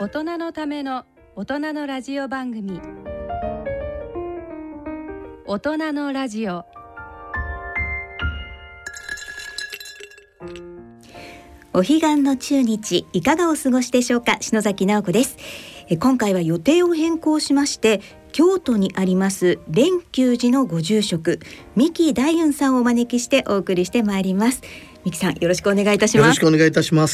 大人のための大人のラジオ番組、大人のラジオ。 お彼岸の中日、いかがお過ごしでしょうか。篠崎直子です。今回は予定を変更しまして、京都にあります蓮久寺のご住職三木大雲さんをお招きしてお送りしてまいります。三木さん、よろしくお願いいたします。 よろしくお願いいたします。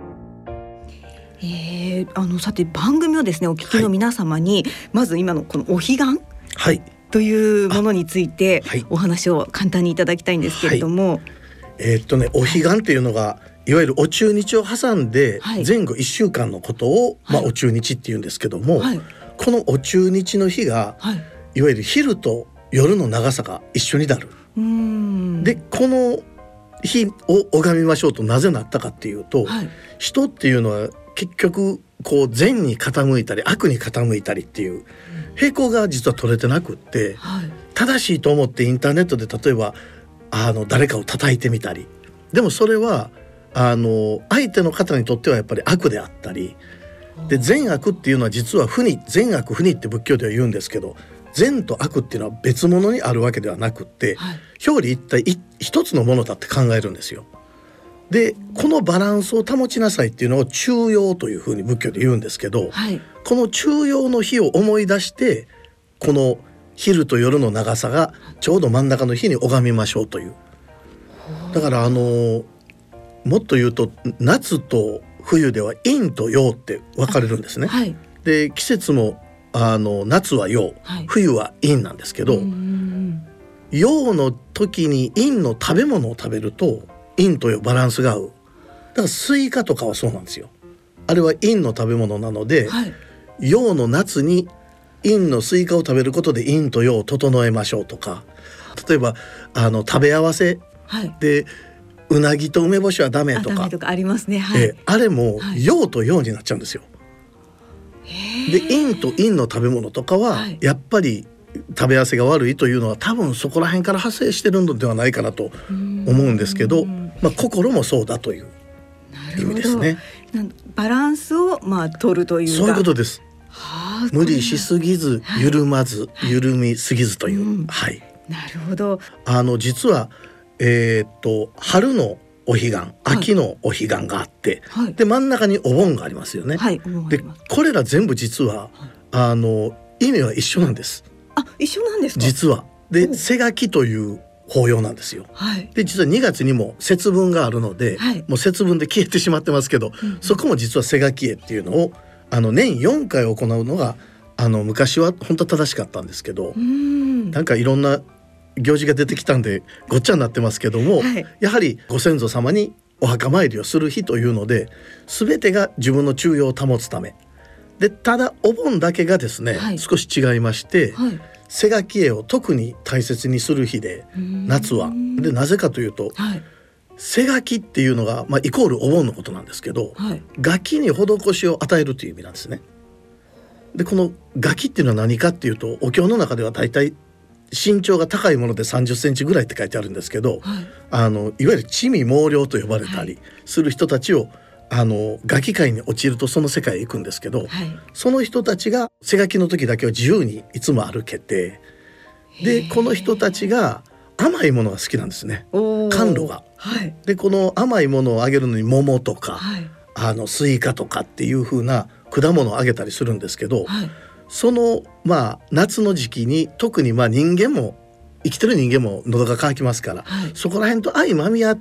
さて、番組をですね、お聞きの皆様に、まず今のこのお彼岸、というものについてお話を簡単にいただきたいんですけれども、 お彼岸っていうのが、いわゆるお中日を挟んで前後1週間のことを、お中日っていうんですけども、このお中日の日が、いわゆる昼と夜の長さが一緒になる。で、この日を拝みましょうとなぜなったかっていうと、人っていうのは結局こう善に傾いたり悪に傾いたりっていう平行が実は取れてなくって、正しいと思ってインターネットで例えば誰かを叩いてみたり、でもそれは相手の方にとってはやっぱり悪であったりで、善悪っていうのは実は善悪不二って仏教では言うんですけど、善と悪っていうのは別物にあるわけではなくって、表裏一体一つのものだって考えるんですよ。で、このバランスを保ちなさいっていうのを中庸というふうに仏教で言うんですけど、この中庸の日を思い出して、この昼と夜の長さがちょうど真ん中の日に拝みましょうという。だからもっと言うと、夏と冬では陰と陽って分かれるんですね。で、季節も夏は陽、冬は陰なんですけど、陽の時に陰の食べ物を食べると陰と陽バランスが合う。だからスイカとかはそうなんですよ。あれは陰の食べ物なので、陽の夏に陰のスイカを食べることで陰と陽を整えましょうとか、例えば食べ合わせで、うなぎと梅干しはダメとかありますね。 あれも陽と陽になっちゃうんですよ。で、陰と陰の食べ物とかはやっぱり食べ合わせが悪いというのは、多分そこら辺から派生してるのではないかなと思うんですけど、心もそうだという意味ですね。 バランスを取るというか、 そういうことです。無理しすぎず、緩まず、緩みすぎずという、なるほど。 実は春のお彼岸、秋のお彼岸があって、で真ん中にお盆がありますよね。で、これら全部実は意味は一緒なんです。 一緒なんですか。 実はで、瀬垣という法要なんですよ。で、実は2月にも節分があるので、もう節分で消えてしまってますけど、そこも実は瀬垣絵っていうのを年4回行うのが昔は本当は正しかったんですけど、なんかいろんな行事が出てきたんでごっちゃになってますけども、やはりご先祖様にお墓参りをする日というので、全てが自分の中庸を保つためで、ただお盆だけがですね、少し違いまして、瀬垣絵を特に大切にする日で、夏はで、なぜかというと、瀬垣っていうのが、イコールお盆のことなんですけど、垣に施しを与えるという意味なんですね。で、この垣っていうのは何かっていうと、お経の中ではだいたい身長が高いもので30センチぐらいって書いてあるんですけど、いわゆる地味猛量と呼ばれたりする人たちを、餓鬼界に落ちるとその世界へ行くんですけど、その人たちが瀬垣の時だけは自由にいつも歩けて、で、この人たちが甘いものが好きなんですね、甘露が。で、この甘いものをあげるのに桃とか、スイカとかっていう風な果物をあげたりするんですけど、その夏の時期に特に人間も、生きてる人間も喉が渇きますから、そこら辺と相まみ合って、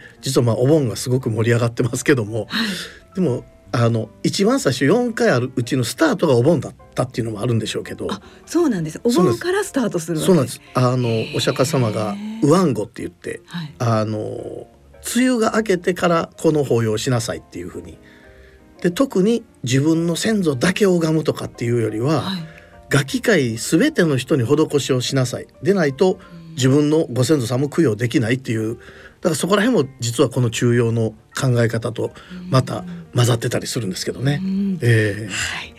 実はお盆がすごく盛り上がってますけども、でも一番最初4回あるうちのスタートがお盆だったっていうのもあるんでしょうけど。 そうなんです。お盆からスタートするわけです。 そうなんです。お釈迦様がウアンゴって言って、梅雨が明けてからこの法要をしなさいっていうふうに。で、特に自分の先祖だけを拝むとかっていうよりは、餓鬼界すべての人に施しをしなさいでないと、自分のご先祖さんも供養できないっていう、だからそこら辺も実はこの中庸の考え方とまた混ざってたりするんですけどね。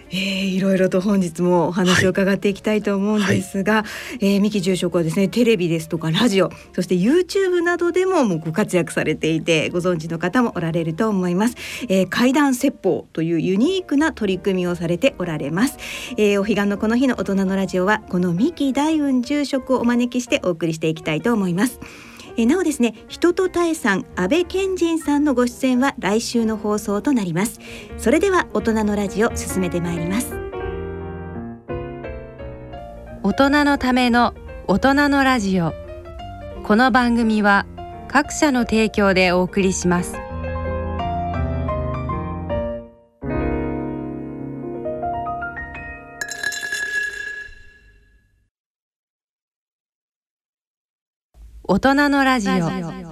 いろいろと本日もお話を伺っていきたいと思うんですが、三木住職はですね、テレビですとかラジオ、そして YouTube などでもご活躍されていて、ご存知の方もおられると思います。怪談説法というユニークな取り組みをされておられます。お彼岸のこの日の大人のラジオは、この三木大雲住職をお招きしてお送りしていきたいと思います。なおですね、人と多江さん、安倍賢人さんのご出演は来週の放送となります。それでは大人のラジオ進めてまいります。 大人のための大人のラジオ。この番組は各社の提供でお送りします。大人のラジオ。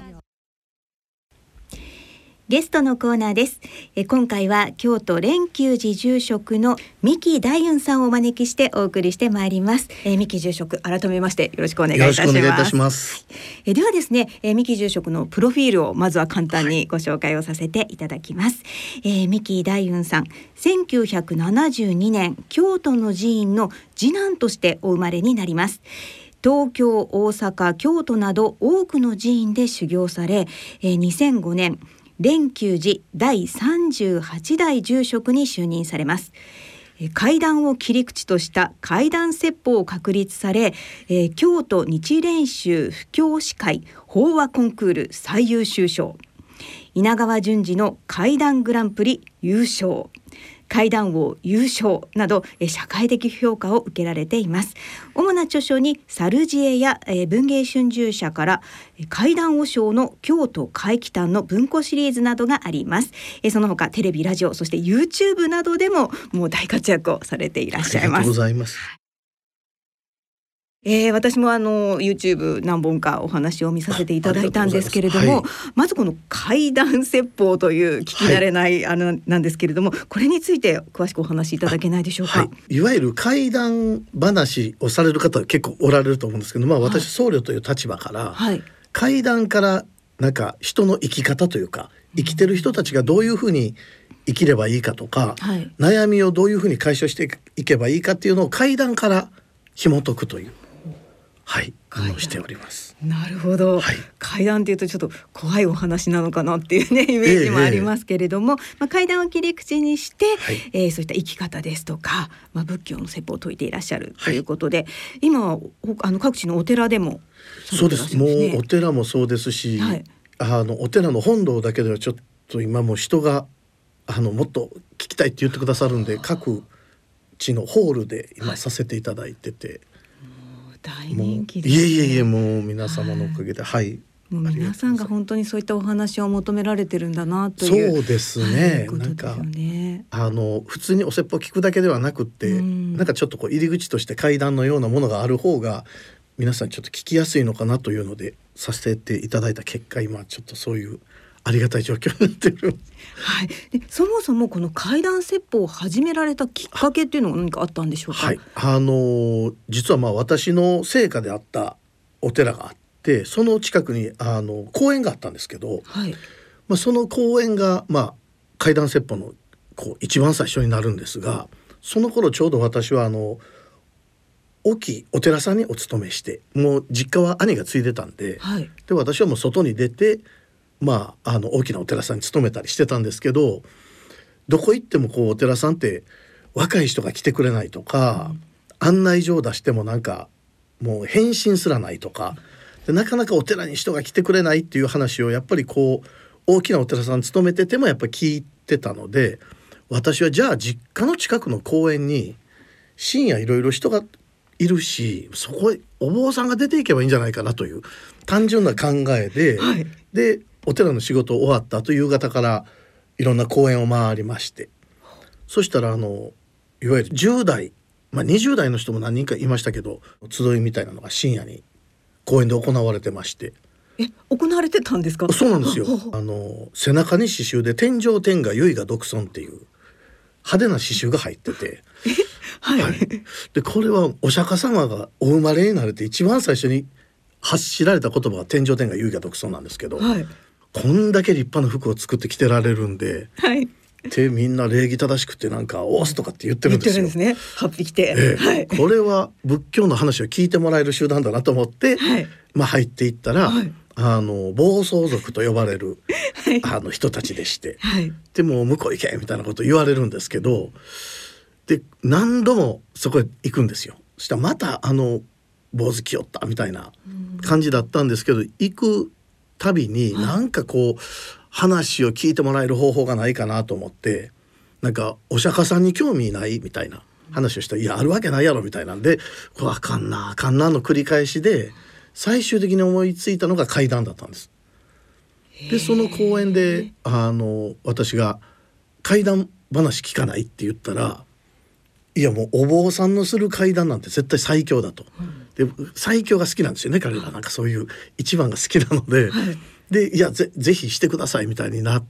ゲストのコーナーです。今回は京都蓮久寺住職の三木大雲さんをお招きしてお送りしてまいります。三木住職、改めましてよろしくお願いいたします。 よろしくお願いいたします。 ではですね、三木住職のプロフィールをまずは簡単にご紹介をさせていただきます。三木大雲さん、1972年京都の寺院の次男としてお生まれになります。東京、大阪、京都など多くの寺院で修行され、2005年蓮久寺第38代住職に就任されます。怪談を切り口とした怪談説法を確立され、京都日蓮宗布教司会法話コンクール最優秀賞、稲川淳二の怪談グランプリ優勝、怪談王優勝など社会的評価を受けられています。主な著書にサルジエや文藝春秋社から怪談和尚の京都怪奇譚の文庫シリーズなどがあります。その他テレビ、ラジオ、そして YouTube などでももう大活躍をされていらっしゃいます。 ありがとうございます。 私もYouTube 何本かお話を見させていただいたんですけれども、まずこの怪談説法という聞き慣れない、なんですけれども、これについて詳しくお話しいただけないでしょうか。 いわゆる怪談話をされる方は結構おられると思うんですけど、私僧侶という立場から、怪談からなんか人の生き方というか、生きてる人たちがどういうふうに生きればいいかとか、悩みをどういうふうに解消していけばいいかっていうのを怪談から紐解くというしております。 なるほど、怪談というとちょっと怖いお話なのかなっていうね、イメージもありますけれども、怪談を切り口にして、そういった生き方ですとか、仏教の説法を説いていらっしゃるということで、今各地のお寺でもそうです。もうお寺もそうですし、お寺の本堂だけではちょっと今も人がもっと聞きたいって言ってくださるんで、各地のホールで今させていただいてて、 大人気ですね。 いえもう皆様のおかげで、 もう皆さんが本当にそういったお話を求められてるんだなという。 そうですね。 ことですよね。 普通にお説法聞くだけではなくって、なんかちょっと入り口として怪談のようなものがある方が皆さんちょっと聞きやすいのかなというのでさせていただいた結果、今ちょっとそういうありがたい状況になってる。 でそもそもこの怪談説法を始められたきっかけっていうのは何かあったんでしょうか。 実は私の生家であったお寺があって、その近くに公園があったんですけど、その公園が怪談説法の一番最初になるんですが、その頃ちょうど私は大きいお寺さんにお勤めして、もう実家は兄が継いでたんで、で私はもう外に出て大きなお寺さんに勤めたりしてたんですけど、どこ行ってもお寺さんって若い人が来てくれないとか、案内状を出してもなんかもう返信すらないとかで、なかなかお寺に人が来てくれないっていう話をやっぱり大きなお寺さん勤めててもやっぱり聞いてたので、私はじゃあ実家の近くの公園に深夜いろいろ人がいるし、そこへお坊さんが出ていけばいいんじゃないかなという単純な考えで、でお寺の仕事終わった後夕方からいろんな公園を回りまして、そしたらいわゆる10代、20代の人も何人かいましたけど、集いみたいなのが深夜に公園で行われてまして。 行われてたんですか。 そうなんですよ。背中に刺繍で天上天下唯我独尊っていう派手な刺繍が入っててでこれはお釈迦様がお生まれになれて一番最初に発しられた言葉は天上天下唯我独尊なんですけど、こんだけ立派な服を作って着てられるんで、 でみんな礼儀正しくてなんかおーすとかって言ってるんですよ。 言ってるんですね。8匹て、はい、 これは仏教の話を聞いてもらえる集団だなと思って、はい、入っていったら、はい、暴走族と呼ばれる、はい、人たちでして、はい、でも向こう行けみたいなこと言われるんですけど、で何度もそこへ行くんですよ。そしたらまた坊主来よったみたいな感じだったんですけど、行くたびになんかこう話を聞いてもらえる方法がないかなと思って、なんかお釈迦さんに興味ないみたいな話をしたら、いやあるわけないやろみたいなんで、これあかんなあかんなの繰り返しで、最終的に思いついたのが怪談だったんです。でその講演で私が怪談話聞かないって言ったら、いやもうお坊さんのする怪談なんて絶対最強だと、で最強が好きなんですよね彼ら。なんかそういう一番が好きなので、でいや ぜひしてくださいみたいになって、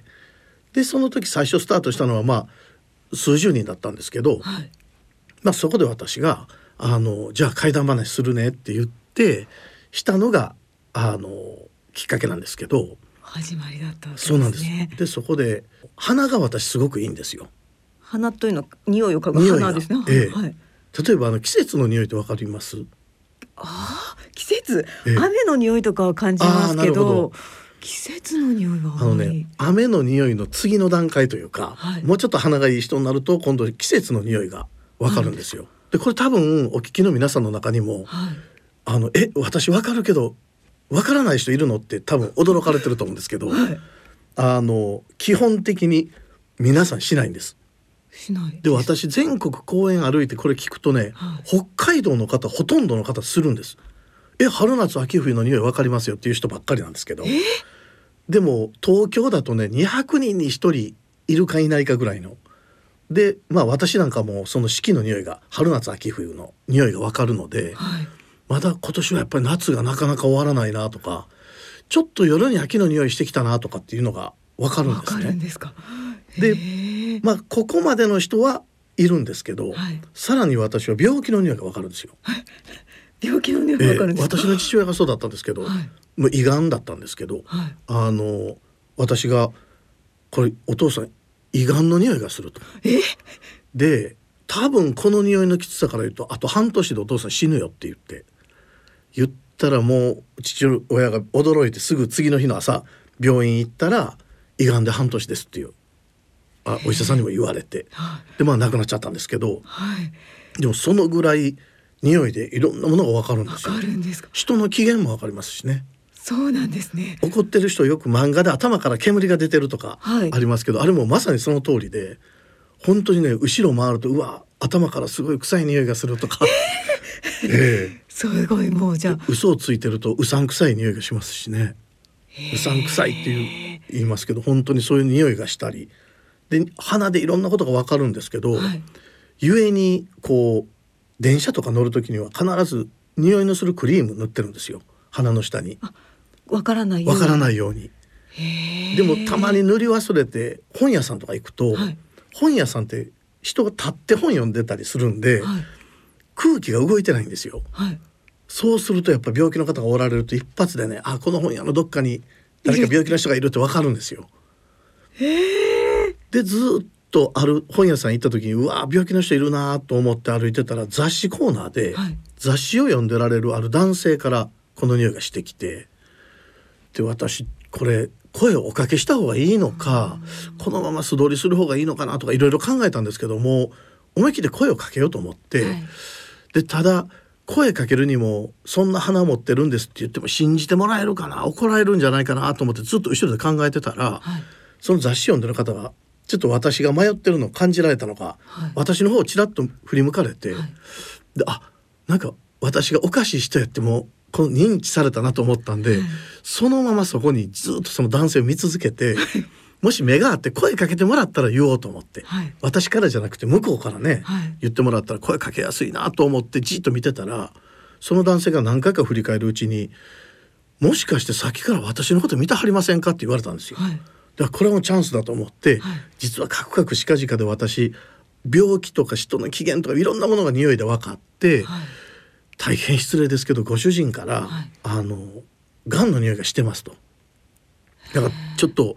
でその時最初スタートしたのは数十人だったんですけど、そこで私がじゃあ怪談話するねって言ってしたのがきっかけなんですけど、 始まりだったわけですね。 そうなんです。でそこで鼻が私すごくいいんですよ。 鼻というのは匂いを嗅ぐ鼻ですね。はい、 例えば季節の匂いってわかります？ 季節、雨の匂いとかは感じますけど、季節の匂いは雨の匂いの次の段階というか、もうちょっと鼻がいい人になると今度季節の匂いがわかるんですよ。でこれ多分お聞きの皆さんの中にも、私わかるけどわからない人いるのって多分驚かれてると思うんですけど、基本的に皆さんしないんです。で私全国公園歩いてこれ聞くとね、北海道の方ほとんどの方するんです。春夏秋冬の匂い分かりますよっていう人ばっかりなんですけど、でも東京だとね200人に1人いるかいないかぐらいので、私なんかもその四季の匂いが春夏秋冬の匂いが分かるので、まだ今年はやっぱり夏がなかなか終わらないなとか、ちょっと夜に秋の匂いしてきたなとかっていうのが分かるんですね。 分かるんですか。 でここまでの人はいるんですけど、さらに私は病気の匂いが分かるんですよ。 病気の匂いが分かるんですか？ 私の父親がそうだったんですけど、もう胃がんだったんですけど、私がこれお父さん胃がんの匂いがすると。で多分この匂いのきつさから言うとあと半年でお父さん死ぬよって言ったら、もう父親が驚いてすぐ次の日の朝病院行ったら胃がんで半年ですっていうお医者さんにも言われて、で亡くなっちゃったんですけど、でもそのぐらい匂いでいろんなものが分かるんですよ。 分かるんですか？ 人の機嫌も分かりますしね。 そうなんですね。 怒ってる人よく漫画で頭から煙が出てるとかありますけど、あれもまさにその通りで、本当にね後ろ回るとうわ頭からすごい臭い匂いがするとかすごい、もうじゃあ嘘をついてるとうさんくさい匂いがしますしね。うさんくさいって言いますけど本当にそういう匂いがしたりで、鼻でいろんなことが分かるんですけど、故にこう電車とか乗る時には必ず匂いのするクリーム塗ってるんですよ、鼻の下に。 分からないように。でもたまに塗り忘れて本屋さんとか行くと、本屋さんって人が立って本読んでたりするんで、空気が動いてないんですよ。そうするとやっぱ病気の方がおられると一発でね、この本屋のどっかに誰か病気の人がいるって分かるんですよ。でずっとある本屋さん行った時に病気の人いるなと思って歩いてたら、雑誌コーナーで雑誌を読んでられるある男性からこの匂いがしてきて、で私これ声をおかけした方がいいのか、このまま素通りする方がいいのかなとかいろいろ考えたんですけども、思い切って声をかけようと思って、でただ声かけるにもそんな花持ってるんですって言っても信じてもらえるかな、怒られるんじゃないかなと思ってずっと後ろで考えてたら、その雑誌読んでる方がちょっと私が迷ってるのを感じられたのか、私の方をちらっと振り向かれて、でなんか私がおかしい人やってもこの認知されたなと思ったんで、そのままそこにずっとその男性を見続けて、もし目があって声かけてもらったら言おうと思って、私からじゃなくて向こうからね、言ってもらったら声かけやすいなと思ってじっと見てたら、その男性が何回か振り返るうちに、もしかしてさっきから私のこと見てはりませんかって言われたんですよ。だからこれもチャンスだと思って、実はカクカクしかじかで私病気とか人の機嫌とかいろんなものが匂いで分かって、大変失礼ですけどご主人から、がんの匂いがしてますと。だからちょっと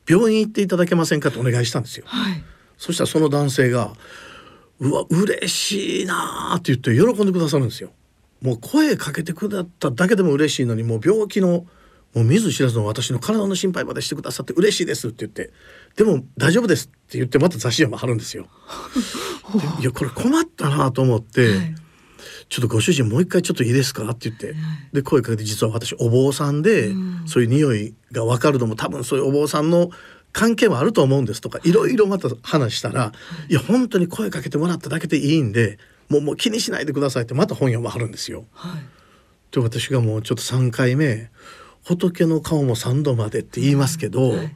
病院行っていただけませんかとお願いしたんですよ、はい、そしたらその男性がうわ嬉しいなって言って喜んでくださるんですよ。もう声かけてくださっただけでも嬉しいのに、もう病気のもう見ず知らずの私の体の心配までしてくださって嬉しいですって言って、でも大丈夫ですって言ってまた雑誌を貼るんですよいやこれ困ったなと思って、はい、ちょっとご主人もう一回ちょっといいですかって言って、はい、で声かけて、実は私お坊さんで、そういう匂いが分かるのも多分そういうお坊さんの関係もあると思うんですとか、いろいろまた話したら、いや本当に声かけてもらっただけでいいんでもう気にしないでくださいってまた本読まはるんですよ、はい、で私がもうちょっと3回目仏の顔も3度までって言いますけど、はい、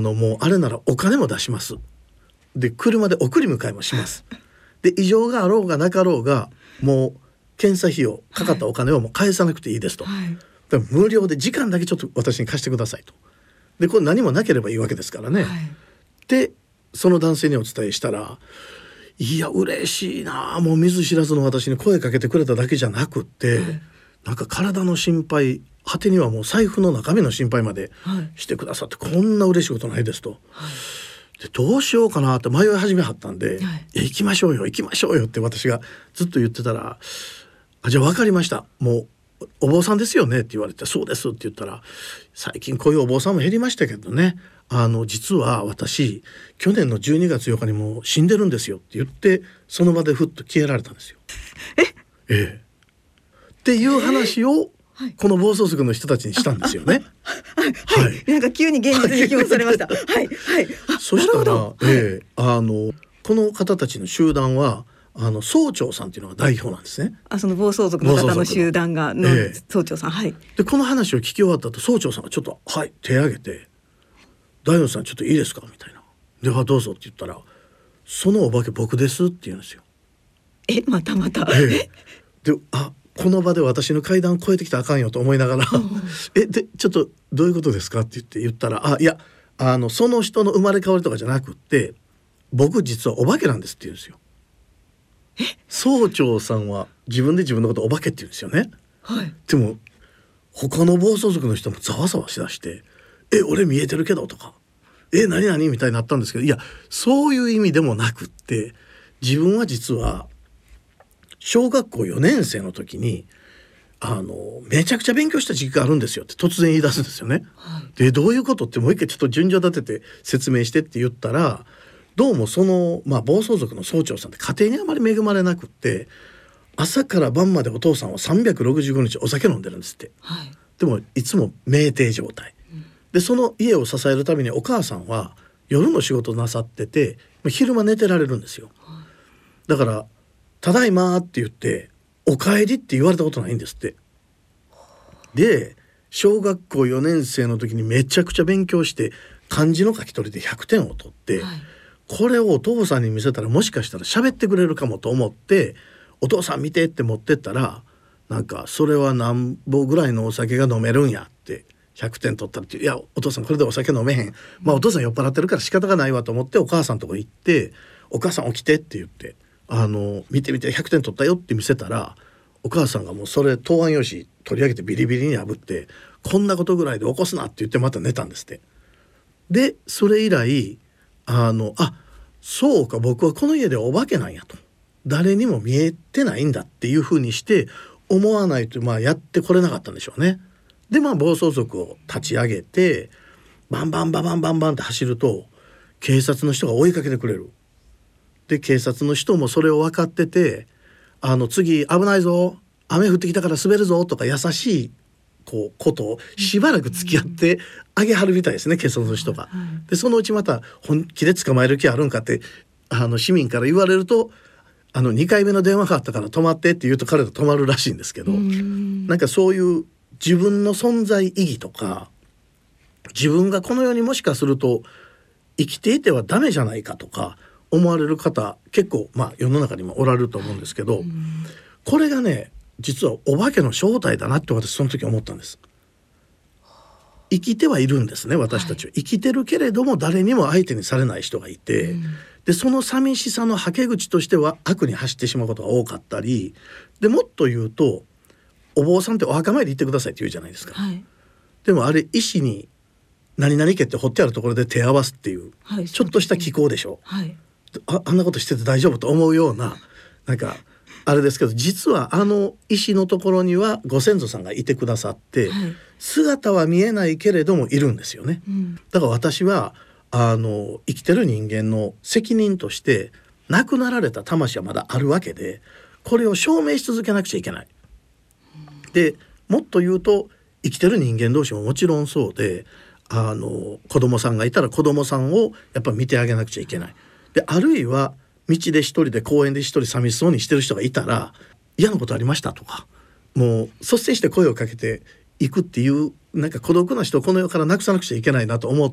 もうあれならお金も出します、で車で送り迎えもしますで異常があろうがなかろうがもう検査費用かかったお金はもう返さなくていいですと、はい、だから無料で時間だけちょっと私に貸してくださいと。でこれ何もなければいいわけですからね、はい、でその男性にお伝えしたら、いや嬉しいな、もう見ず知らずの私に声かけてくれただけじゃなくって、はい、なんか体の心配、果てにはもう財布の中身の心配までしてくださって、はい、こんな嬉しいことないですと、はい、でどうしようかなって迷い始めはったんで、はい、行きましょうよ行きましょうよって私がずっと言ってたら、じゃあ分かりました、もうお坊さんですよねって言われて、そうですって言ったら、最近こういうお坊さんも減りましたけどね、実は私去年の12月8日にもう死んでるんですよって言って、その場でふっと消えられたんですよ。っていう話をこの暴走族の人たちにしたんですよね。 はい、なんか急に現実に気持ちされましたはいはい。 そしたら、この方たちの集団は総長さんっていうのが代表なんですね。 その暴走族の方の集団がの総長さん、はい。 でこの話を聞き終わった後、総長さんがちょっとはい手挙げて、大野さんちょっといいですかみたいな。でどうぞって言ったら、そのお化け僕ですって言うんですよ。 またでこの場で私の階段を越えてきたらあかんよと思いながらでちょっとどういうことですかって言ったら、いやその人の生まれ変わりとかじゃなくって、僕実はお化けなんですって言うんですよ。総長さんは自分で自分のことをお化けって言うんですよね、はい、でも他の暴走族の人もざわざわしだして、俺見えてるけどとか、何々みたいになったんですけど、いやそういう意味でもなくって、自分は実は小学校4年生の時にめちゃくちゃ勉強した時期があるんですよって突然言い出すんですよね、はい、でどういうことってもう一回ちょっと順序立てて説明してって言ったら、どうもその、暴走族の総長さんって家庭にあまり恵まれなくって、朝から晩までお父さんは365日お酒飲んでるんですって、はい、でもいつも酩酊状態、でその家を支えるためにお母さんは夜の仕事なさってて昼間寝てられるんですよ、はい、だからただいまって言ってお帰りって言われたことないんですって。で小学校4年生の時にめちゃくちゃ勉強して漢字の書き取りで100点を取って、はい、これをお父さんに見せたらもしかしたら喋ってくれるかもと思って、お父さん見てって持ってったら、なんかそれは何本ぐらいのお酒が飲めるんやって100点取ったらって、いやお父さんこれでお酒飲めへん、お父さん酔っ払ってるから仕方がないわと思ってお母さんのとこ行って、お母さん起きてって言って見て100点取ったよって見せたら、お母さんがもうそれ答案用紙取り上げてビリビリに破って、こんなことぐらいで起こすなって言ってまた寝たんですって。でそれ以来そうか僕はこの家でお化けなんやと、誰にも見えてないんだっていう風にして思わないとやってこれなかったんでしょうね。で暴走族を立ち上げてバンバンババンバンバンって走ると警察の人が追いかけてくれる。で警察の人もそれを分かってて、次危ないぞ、雨降ってきたから滑るぞとか優しいことをしばらく付き合ってあげはるみたいですね、警察の人が。でそのうちまた本気で捕まえる気あるんかって市民から言われると、2回目の電話があったから止まってって言うと彼ら止まるらしいんですけど、なんかそういう自分の存在意義とか、自分がこの世にもしかすると生きていてはダメじゃないかとか思われる方結構世の中にもおられると思うんですけど、これがね実はお化けの正体だなって私その時思ったんです。生きてはいるんですね、私たちは、生きてるけれども誰にも相手にされない人がいて、でその寂しさのはけ口としては悪に走ってしまうことが多かったりで、もっと言うとお坊さんってお墓参り行ってくださいって言うじゃないですか、はい、でもあれ石に何々家って掘ってあるところで手合わすっていう、はい、ちょっとした気候でしょ、はい、あんなことしてて大丈夫と思うようななんかあれですけど、実は石のところにはご先祖さんがいてくださって、はい、姿は見えないけれどもいるんですよね、うん、だから私は生きてる人間の責任として亡くなられた魂はまだあるわけで、これを証明し続けなくちゃいけない、うん、でもっと言うと生きてる人間同士ももちろんそうで、子供さんがいたら子供さんをやっぱ見てあげなくちゃいけない。であるいは道で一人で公園で一人寂しそうにしてる人がいたら、嫌なことありましたとか、もう率先して声をかけていくっていう、なんか孤独な人をこの世からなくさなくちゃいけないなと思った、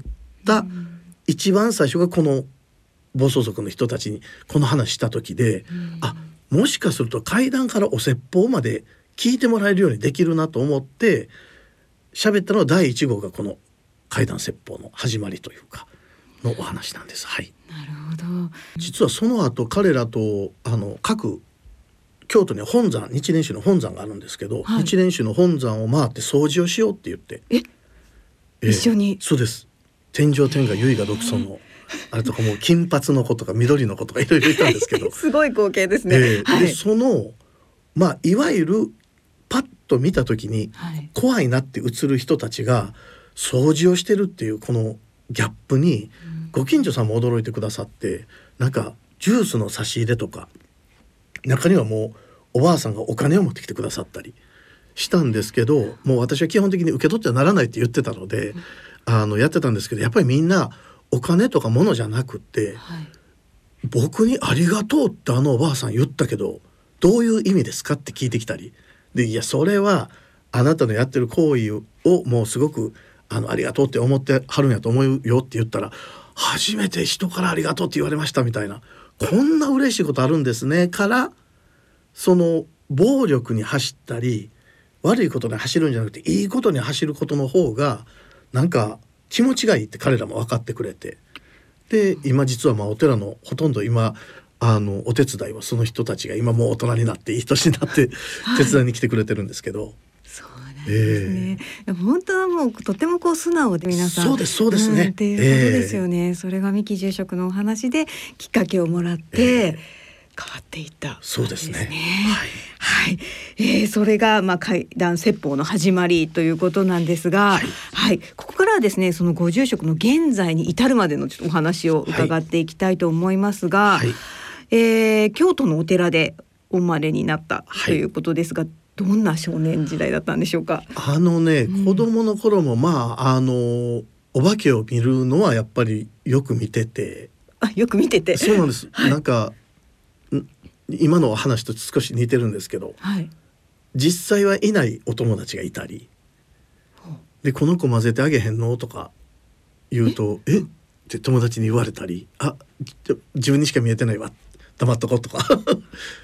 一番最初がこの暴走族の人たちにこの話した時で、あ、もしかすると階段からお説法まで聞いてもらえるようにできるなと思って喋ったのは第1号がこの階段説法の始まりというかのお話なんです。はい。 なるほど。 実はその後彼らと各京都には本山、日蓮宗の本山があるんですけど、はい、日蓮宗の本山を回って掃除をしようって言って、 一緒に。 そうです。天上天下唯我独尊のあれとかもう金髪の子とか緑の子とかいろいろいたんですけどすごい光景ですね、はい、 でそのいわゆるパッと見た時に怖いなって映る人たちが掃除をしてるっていうこのギャップにご近所さんも驚いてくださって、なんかジュースの差し入れとか中にはもうおばあさんがお金を持ってきてくださったりしたんですけど、もう私は基本的に受け取ってはならないって言ってたのでやってたんですけど、やっぱりみんなお金とか物じゃなくって、はい、僕にありがとうっておばあさん言ったけどどういう意味ですかって聞いてきたりで、いやそれはあなたのやってる行為をもうすごくありがとうって思ってはるんやと思うよって言ったら、初めて人からありがとうって言われましたみたいな、こんな嬉しいことあるんですねから、その暴力に走ったり悪いことに走るんじゃなくていいことに走ることの方がなんか気持ちがいいって彼らも分かってくれて、で今実はお寺のほとんど今お手伝いはその人たちが今もう大人になっていい年になって手伝いに来てくれてるんですけど、 そうなんですね、本当はもうとても素直で皆さんそうですね、 っていうことですよね、それが三木住職のお話できっかけをもらって変わっていった、 そうですね、 はいはい、それが階段説法の始まりということなんですが、はいはい、ここからはですねそのご住職の現在に至るまでのちょっとお話を伺っていきたいと思いますが、はい京都のお寺でお生まれになったということですが、どんな少年時代だったんでしょうか。 子供の頃もお化けを見るのはやっぱりよく見てて、 よく見てて、 そうなんです、はい、なんか今の話と少し似てるんですけど、はい、実際はいないお友達がいたりで、この子混ぜてあげへんのとか言うとえって友達に言われたり、自分にしか見えてないわ黙っとこうとかそう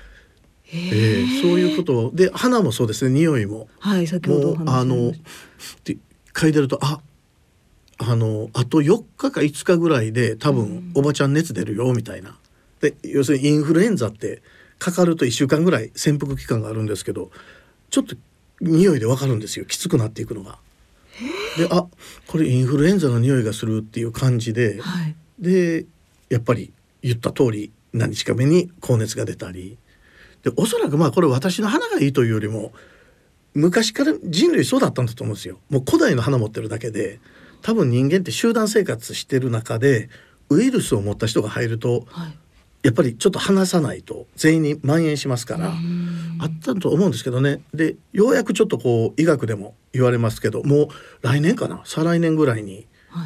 いうことで、花もそうですね、匂いも、 はい、先ほどお話しって嗅いでるとあと4日か5日ぐらいで多分おばちゃん熱出るよみたいな、で要するにインフルエンザってかかると1週間ぐらい潜伏期間があるんですけど、ちょっと匂いでわかるんですよ、きつくなっていくのが。でこれインフルエンザの匂いがするっていう感じで、はい、でやっぱり言った通り何日か目に高熱が出たりで、おそらくこれ私の花がいいというよりも昔から人類そうだったんだと思うんですよ。もう古代の花持ってるだけで、多分人間って集団生活してる中でウイルスを持った人が入ると、はい、やっぱりちょっと離さないと全員に蔓延しますからあったと思うんですけどね。でようやくちょっと医学でも言われますけど、もう来年かな再来年ぐらいに、はい、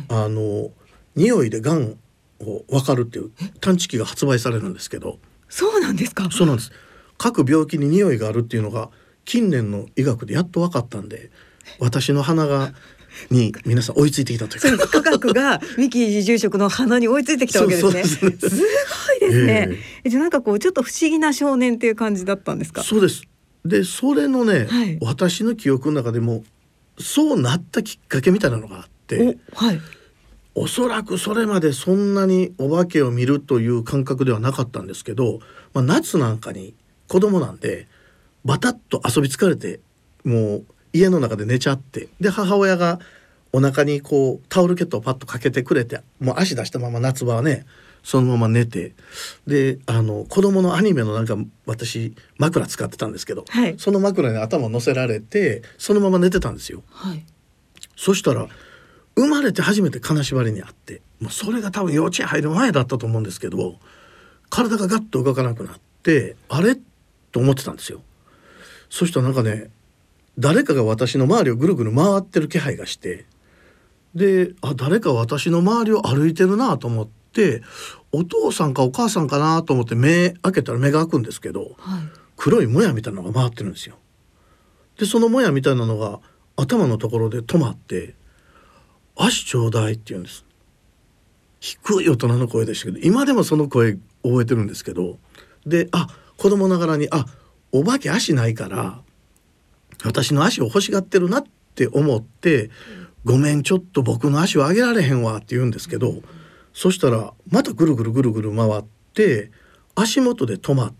匂いでがんを分かるっていう探知機が発売されるんですけど。 そうなんですか。 そうなんです。各病気に匂いがあるっていうのが近年の医学でやっと分かったんで、私の鼻に皆さん追いついてきたというか科学が三木住職の鼻に追いついてきたわけですね。すごいですね、じゃあなんかちょっと不思議な少年っていう感じだったんですか。 そうです。でそれのね、はい、私の記憶の中でもそうなったきっかけみたいなのがあって、はい、おそらくそれまでそんなにお化けを見るという感覚ではなかったんですけど、夏なんかに子供なんでバタッと遊び疲れてもう家の中で寝ちゃって、で母親がお腹にこうタオルケットをパッとかけてくれて、もう足出したまま夏場はねそのまま寝て、で子供のアニメのなんか私枕使ってたんですけど、 はい、 その枕に頭を乗せられてそのまま寝てたんですよ、 はい、 そしたら生まれて初めて金縛りにあって、もうそれが多分幼稚園入る前だったと思うんですけど、体がガッと動かなくなって、あれと思ってたんですよ。そしたらなんかね、誰かが私の周りをぐるぐる回ってる気配がして、で誰か私の周りを歩いてるなと思って、お父さんかお母さんかなと思って目開けたら目が開くんですけど、 はい、 黒いもやみたいなのが回ってるんですよ。でそのもやみたいなのが頭のところで止まって、足ちょうだいって言うんです。低い大人の声でしたけど、今でもその声覚えてるんですけど、で子供ながらにお化け足ないから私の足を欲しがってるなって思って、ごめんちょっと僕の足を上げられへんわって言うんですけど、そしたらまたぐるぐるぐるぐる回って足元で止まって、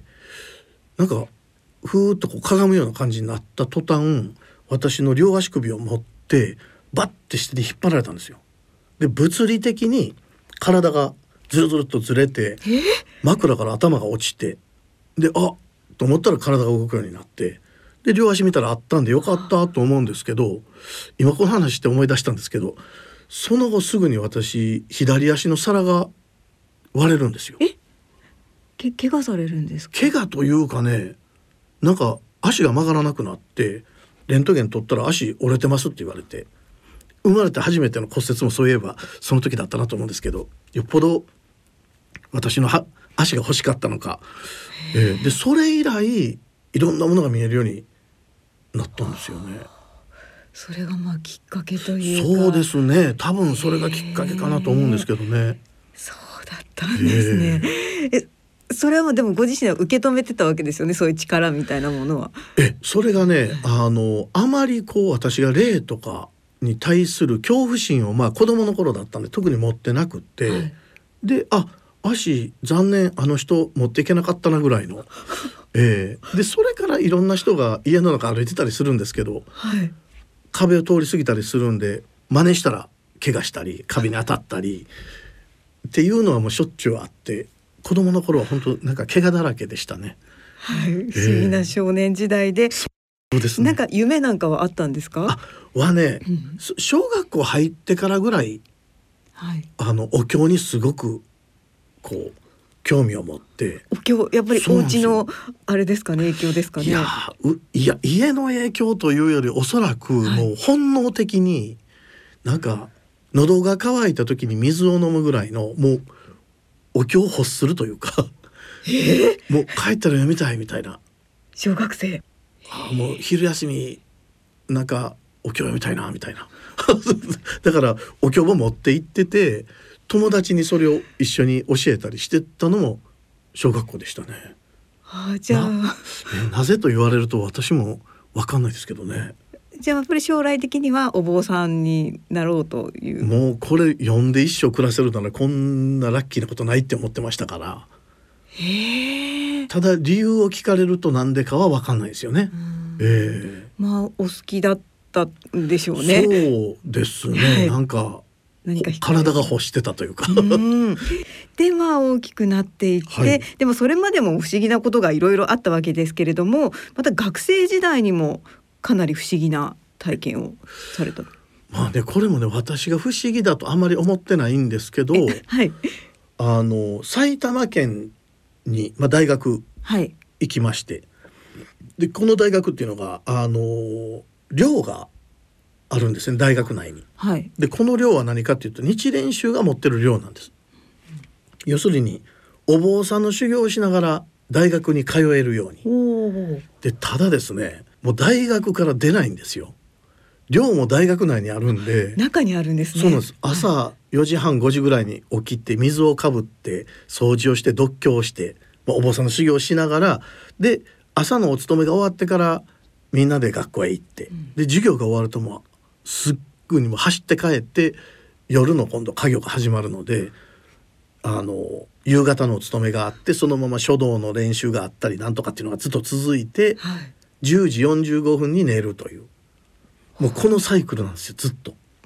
なんかふーっとこうかがむような感じになった途端、私の両足首を持ってバッて下に引っ張られたんですよ。で物理的に体がずるずるっとずれて、枕から頭が落ちて、でと思ったら体が動くようになって、で両足見たらあったんでよかったと思うんですけど、今この話して思い出したんですけど、その後すぐに私左足の皿が割れるんですよ。 怪我されるんですか？ 怪我というかね、なんか足が曲がらなくなって、レントゲン取ったら足折れてますって言われて、生まれて初めての骨折もそういえばその時だったなと思うんですけど、よっぽど私の足が欲しかったのか、でそれ以来いろんなものが見えるようになったんですよね。 それがきっかけというか。 そうですね、多分それがきっかけかなと思うんですけどね。 そうだったんですね。それはでもご自身は受け止めてたわけですよね、そういう力みたいなものは。 それがね、あまり私が霊とかに対する恐怖心を子供の頃だったんで特に持ってなくって、はい、で足残念あの人持っていけなかったなぐらいの、でそれからいろんな人が家の中歩いてたりするんですけど、はい、壁を通り過ぎたりするんで真似したら怪我したり壁に当たったりっていうのはもうしょっちゅうあって、子供の頃は本当なんか怪我だらけでしたね。 はい、不思議な少年時代で、 そうですね、 なんか夢なんかはあったんですか？ はね、小学校入ってからぐらい、はい、お経にすごく興味を持って。 お経、やっぱりお家のあれですかね、影響ですかね。 いや家の影響というよりおそらくもう本能的になんか喉が渇いた時に水を飲むぐらいのもうお経を欲するというかもう帰ったら読みたいみたいな。 小学生もう昼休みなんかお経読みたいなみたいなだからお経も持って行ってて、友達にそれを一緒に教えたりしてたのも小学校でしたね。 じゃあなぜと言われると私も分かんないですけどね。 じゃあやっぱり将来的にはお坊さんになろうという。 もうこれ読んで一生暮らせるならこんなラッキーなことないって思ってましたから。ただ理由を聞かれるとなんでかは分かんないですよね。 お好きだったんでしょうね。 そうですね、なんか体が欲してたというかで大きくなっていって、はい、でもそれまでも不思議なことがいろいろあったわけですけれども、また学生時代にもかなり不思議な体験をされた。 これもね私が不思議だとあまり思ってないんですけど、はい、埼玉県に、大学行きまして、はい、でこの大学っていうのが寮があるんですね、大学内に、はい、でこの寮は何かっていうと日蓮宗が持ってる寮なんです。要するにお坊さんの修行をしながら大学に通えるように。でただですね、もう大学から出ないんですよ。寮も大学内にあるんで。 中にあるんですね。 そうなんです。朝4時半5時ぐらいに起きて水をかぶって掃除をして読経をして、お坊さんの修行をしながら、で朝のお勤めが終わってからみんなで学校へ行って、で授業が終わるともうすっぐにも走って帰って、夜の今度家業が始まるので夕方のお勤めがあって、そのまま書道の練習があったりなんとかっていうのがずっと続いて、はい、10時45分に寝るという、もうこのサイクルなんですよずっと。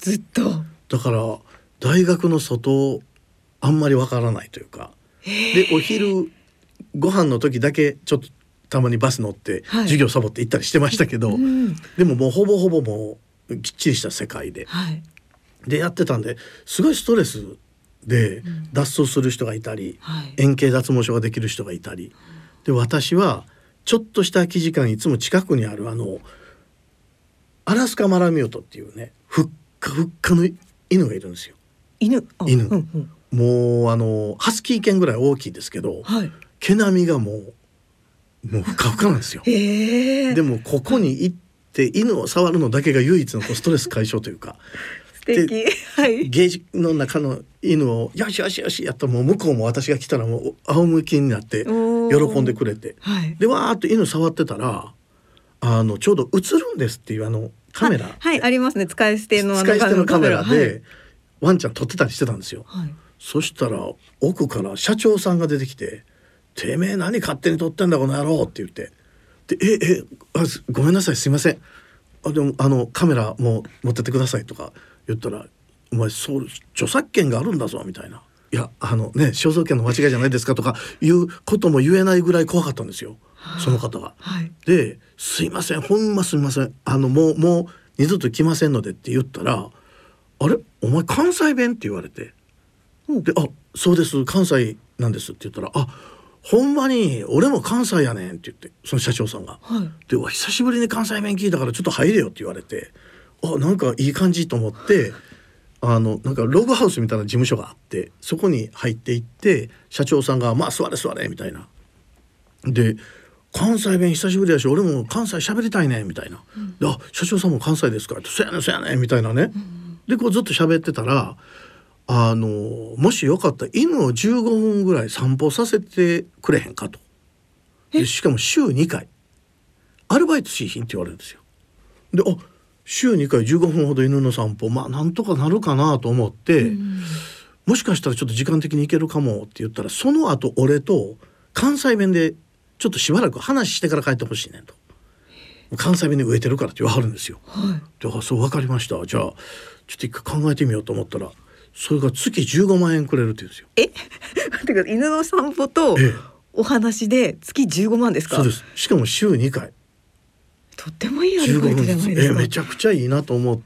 ずっと。 だから大学の外あんまりわからないというか、でお昼ご飯の時だけちょっとたまにバス乗って授業サボって行ったりしてましたけど、でももうほぼほぼもうきっちりした世界で、でやってたんですごいストレスで脱走する人がいたり、円形脱毛症ができる人がいたりで、私はちょっとした空き時間いつも近くにあるアラスカマラミュートっていうねふっかふっかの犬がいるんですよ。犬、もうハスキー犬ぐらい大きいですけど、毛並みがもうふかふかなんですよ。でもここに行って犬を触るのだけが唯一のストレス解消というか素敵、 ゲージの中の犬をよしよしよしやったらもう向こうも私が来たらもう仰向けになって喜んでくれて、でわーっと犬触ってたらちょうど映るんですっていうカメラ、 ありますね、使い捨てのカメラで、ワンちゃん撮ってたりしてたんですよ。そしたら奥から社長さんが出てきて、てめえ何勝手に撮ってんだこの野郎って言って、でごめんなさいすいません、でもカメラも持ってってくださいとか言ったら、お前そう著作権があるんだぞみたいな、いや肖像権の間違いじゃないですかとかいうことも言えないぐらい怖かったんですよ、その方が。ですいませんほんますいませんもう二度と来ませんのでって言ったら、あれお前関西弁って言われて、でそうです関西なんですって言ったら、ほんまに俺も関西やねんって言って、その社長さんが、で久しぶりに関西弁聞いたからちょっと入れよって言われて、なんかいい感じと思ってなんかログハウスみたいな事務所があって、そこに入っていって、社長さんが座れ座れみたいな、で関西弁久しぶりやし俺も関西喋りたいねみたいな、で社長さんも関西ですかって、そやねんそやねんみたいなね、でこうずっと喋ってたら、もしよかったら犬を15分ぐらい散歩させてくれへんかと。でしかも週2回アルバイトしひんって言われるんですよ。で週2回15分ほど犬の散歩、なんとかなるかなと思って、もしかしたらちょっと時間的に行けるかもって言ったら、その後俺と関西弁でちょっとしばらく話してから帰ってほしいねんと、関西弁で植えてるからって言わはるんですよ。でそう分かりました、じゃあちょっと一回考えてみようと思ったら、それが月15万円くれるって言うんですよ。 待ってください、犬の散歩とお話で月15万ですか？ そうです。しかも週2回、 とってもいいアルバイトじゃないですか。 めちゃくちゃいいなと思って、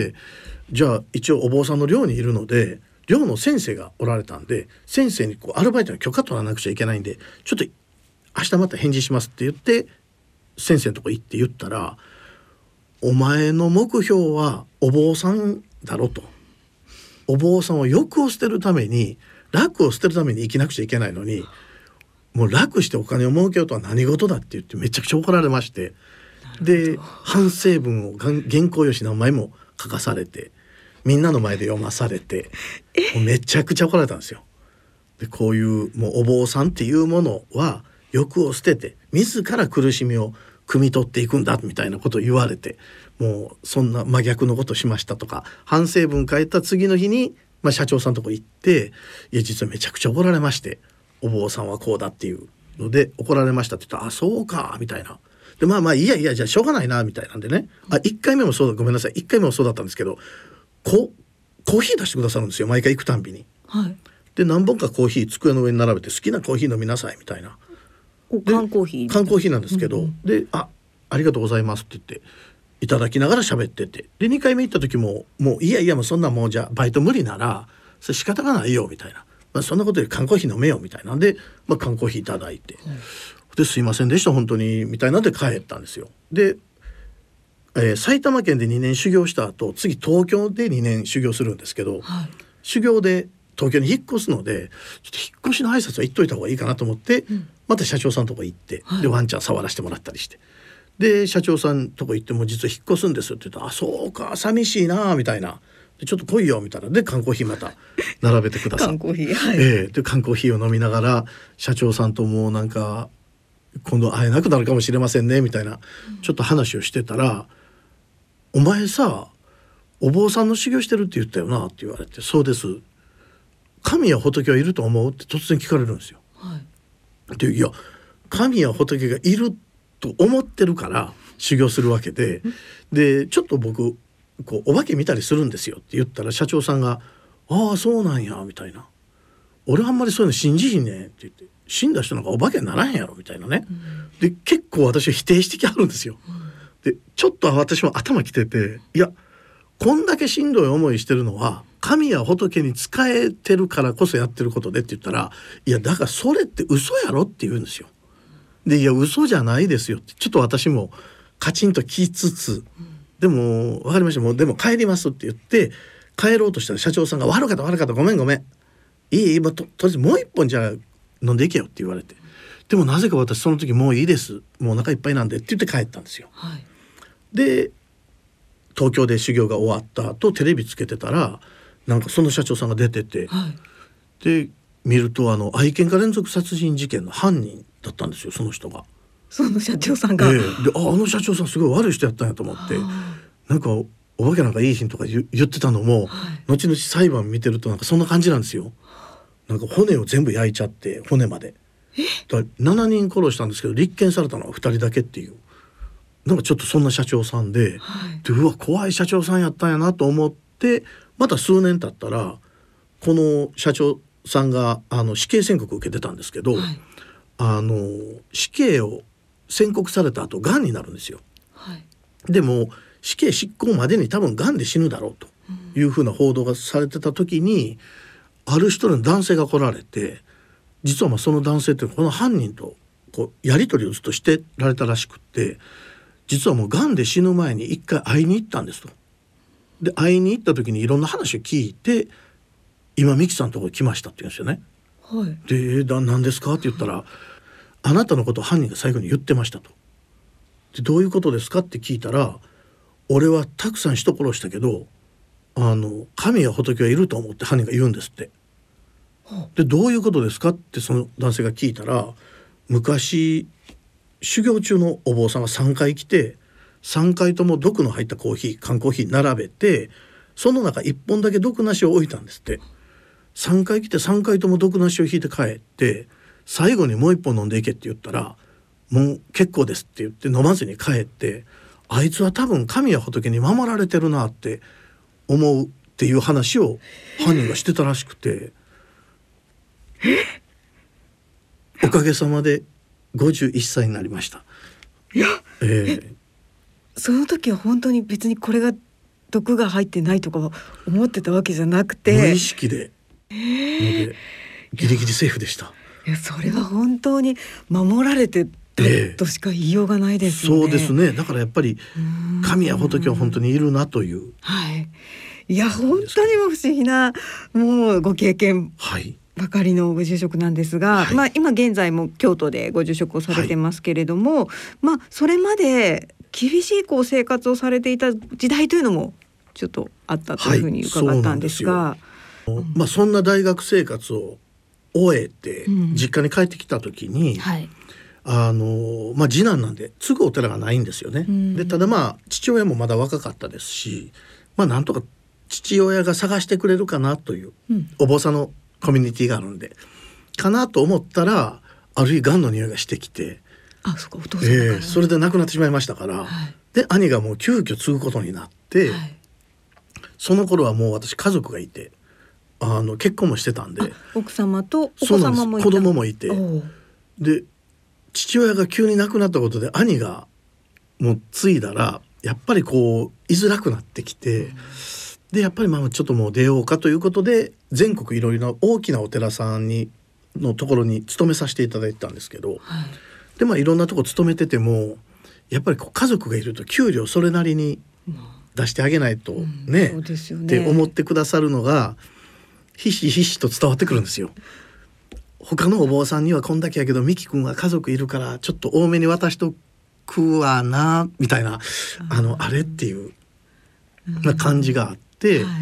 じゃあ一応お坊さんの寮にいるので、寮の先生がおられたんで、先生にアルバイトの許可取らなくちゃいけないんで、ちょっと明日また返事しますって言って先生のとこ行って言ったら、お前の目標はお坊さんだろと、お坊さんは欲を捨てるために楽を捨てるために生きなくちゃいけないのに、もう楽してお金を儲けようとは何事だって言ってめちゃくちゃ怒られまして、で反省文を原稿用紙何枚も書かされて、みんなの前で読まされて、もうめちゃくちゃ怒られたんですよ。でこういうもうお坊さんっていうものは欲を捨てて自ら苦しみを汲み取っていくんだみたいなことを言われて、もうそんな真逆のことしましたとか、反省文書いた次の日に、社長さんのとこ行って、いや実はめちゃくちゃ怒られまして、お坊さんはこうだっていうので怒られましたって言ったら、そうかみたいな、でいやじゃあしょうがないなみたいなんでね、1回目もそうだ、ごめんなさい1回目もそうだったんですけど、コーヒー出してくださるんですよ、毎回行くたんびに。で何本かコーヒー机の上に並べて、好きなコーヒー飲みなさいみたいな。 缶コーヒーなんですけど、でありがとうございますって言っていただきながら喋ってて、で2回目行った時もいやもうそんなもうじゃあバイト無理ならそれ仕方がないよみたいな、そんなことより缶コーヒー飲めよみたいなんで、缶コーヒーいただいて、ですいませんでした本当にみたいなんで帰ったんですよ。で、埼玉県で2年修行した後、次東京で2年修行するんですけど、修行で東京に引っ越すので、ちょっと引っ越しの挨拶は言っといた方がいいかなと思って、また社長さんのとこ行って、でワンちゃん触らせてもらったりして、で社長さんのとこ行っても実は引っ越すんですって言ったら、そうか寂しいなみたいな、でちょっと来いよみたいな、で缶コーヒーまた並べてください缶コーヒー、 で缶コーヒーを飲みながら、社長さんともなんか今度会えなくなるかもしれませんねみたいな、ちょっと話をしてたら、お前さお坊さんの修行してるって言ったよなって言われて、そうです、神や仏はいると思うって突然聞かれるんですよ。でいや神や仏がいると思ってるから修行するわけで、でちょっと僕こうお化け見たりするんですよって言ったら、社長さんがああそうなんやみたいな、俺あんまりそういうの信じひんねんって言って、死んだ人なんかお化けにならへんやろみたいなね、で結構私は否定してきはるんですよ。でちょっと私も頭きてて、いやこんだけしんどい思いしてるのは神や仏に仕えてるからこそやってることでって言ったら、いやだからそれって嘘やろって言うんですよ。でいや嘘じゃないですよってちょっと私もカチンときつつ、でも分かりました、もうでも帰りますって言って帰ろうとしたら、社長さんが悪かったごめんいい今 とりあえずもう一本じゃあ飲んでいけよって言われて、でもなぜか私その時もういいですもうお腹いっぱいなんでって言って帰ったんですよ、はい、で東京で修行が終わった後テレビつけてたらなんかその社長さんが出てて、はい、で見ると愛犬家連続殺人事件の犯人だったんですよ、その人が。 その社長さんが、 であの社長さんすごい悪い人やったんやと思って、なんかお化けなんかいい品とか言ってたのも、はい、後々裁判見てるとなんかそんな感じなんですよ。なんか骨を全部焼いちゃって、骨までだ7人殺したんですけど立件されたのは2人だけっていう、なんかちょっとそんな社長さんで、はい、でうわ怖い社長さんやったんやなと思って、また数年経ったらこの社長さんが死刑宣告を受けてたんですけど、はい、死刑を宣告された後がんになるんですよ、はい、でも死刑執行までに多分がんで死ぬだろうというふうな報道がされてた時に、ある一人の男性が来られて、実はその男性ってこの犯人とこうやり取りをずっとしてられたらしくって、実はもうがんで死ぬ前に一回会いに行ったんですと。で会いに行った時にいろんな話を聞いて、今ミキさんのところに来ましたって言うんですよね、はい、で何ですかって言ったら、あなたのことを犯人が最後に言ってましたと。でどういうことですかって聞いたら、俺はたくさん人殺したけど神や仏はいると思って犯人が言うんですって。でどういうことですかってその男性が聞いたら、昔修行中のお坊さんが3回来て、3回とも毒の入った缶コーヒー並べて、その中1本だけ毒なしを置いたんですって。3回来て3回とも毒なしを引いて帰って、最後にもう1本飲んでいけって言ったら、もう結構ですって言って飲まずに帰って、あいつは多分神や仏に守られてるなって思うっていう話を犯人がしてたらしくて、おかげさまで51歳になりました。 いや、その時は本当に別にこれが毒が入ってないとか思ってたわけじゃなくて、 無意識で、ギリギリセーフでした。 いやそれは本当に守られてとしか言いようがないですよね。 そうですね。だからやっぱり神や仏は本当にいるなという、 はい、いや本当にも不思議なもうご経験ばかりのご住職なんですが、はい、今現在も京都でご住職をされてますけれども、はい、それまで厳しい生活をされていた時代というのもちょっとあったというふうに伺ったんですが、 そんな大学生活を終えて実家に帰ってきた時に、はい、次男なんで継ぐお寺がないんですよね、でただ父親もまだ若かったですし、なんとか父親が探してくれるかなという、お坊さんのコミュニティがあるんでかなと思ったら、ある日がんの匂いがしてきて、 そうかお父さんだから、 それで亡くなってしまいましたから、はい、で兄がもう急遽継ぐことになって、はい、その頃はもう私家族がいて結婚もしてたんで、 奥様とお子様もいた、 子供もいて、で父親が急に亡くなったことで兄がもう継いだらやっぱり居づらくなってきて、でやっぱりちょっともう出ようかということで全国いろいろな大きなお寺さんのところに勤めさせていただいてたんですけど、はい、でいろんなとこ勤めててもやっぱり家族がいると給料それなりに出してあげないとね、 そうですよねって思ってくださるのがひしひしと伝わってくるんですよ。他のお坊さんにはこんだけやけどミキ君は家族いるからちょっと多めに渡しとくわなみたいなあれっていうな感じがあって、はい、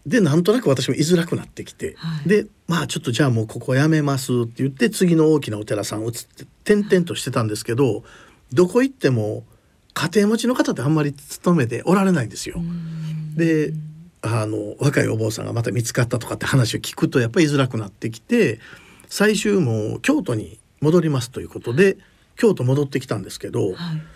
でなんとなく私も居づらくなってきて、はい、でちょっとじゃあもうここやめますって言って次の大きなお寺さんを移って転々としてたんですけど、どこ行っても家庭持ちの方ってあんまり勤めておられないんですよ。で若いお坊さんがまた見つかったとかって話を聞くとやっぱり居づらくなってきて、最終もう京都に戻りますということで京都戻ってきたんですけど、はい、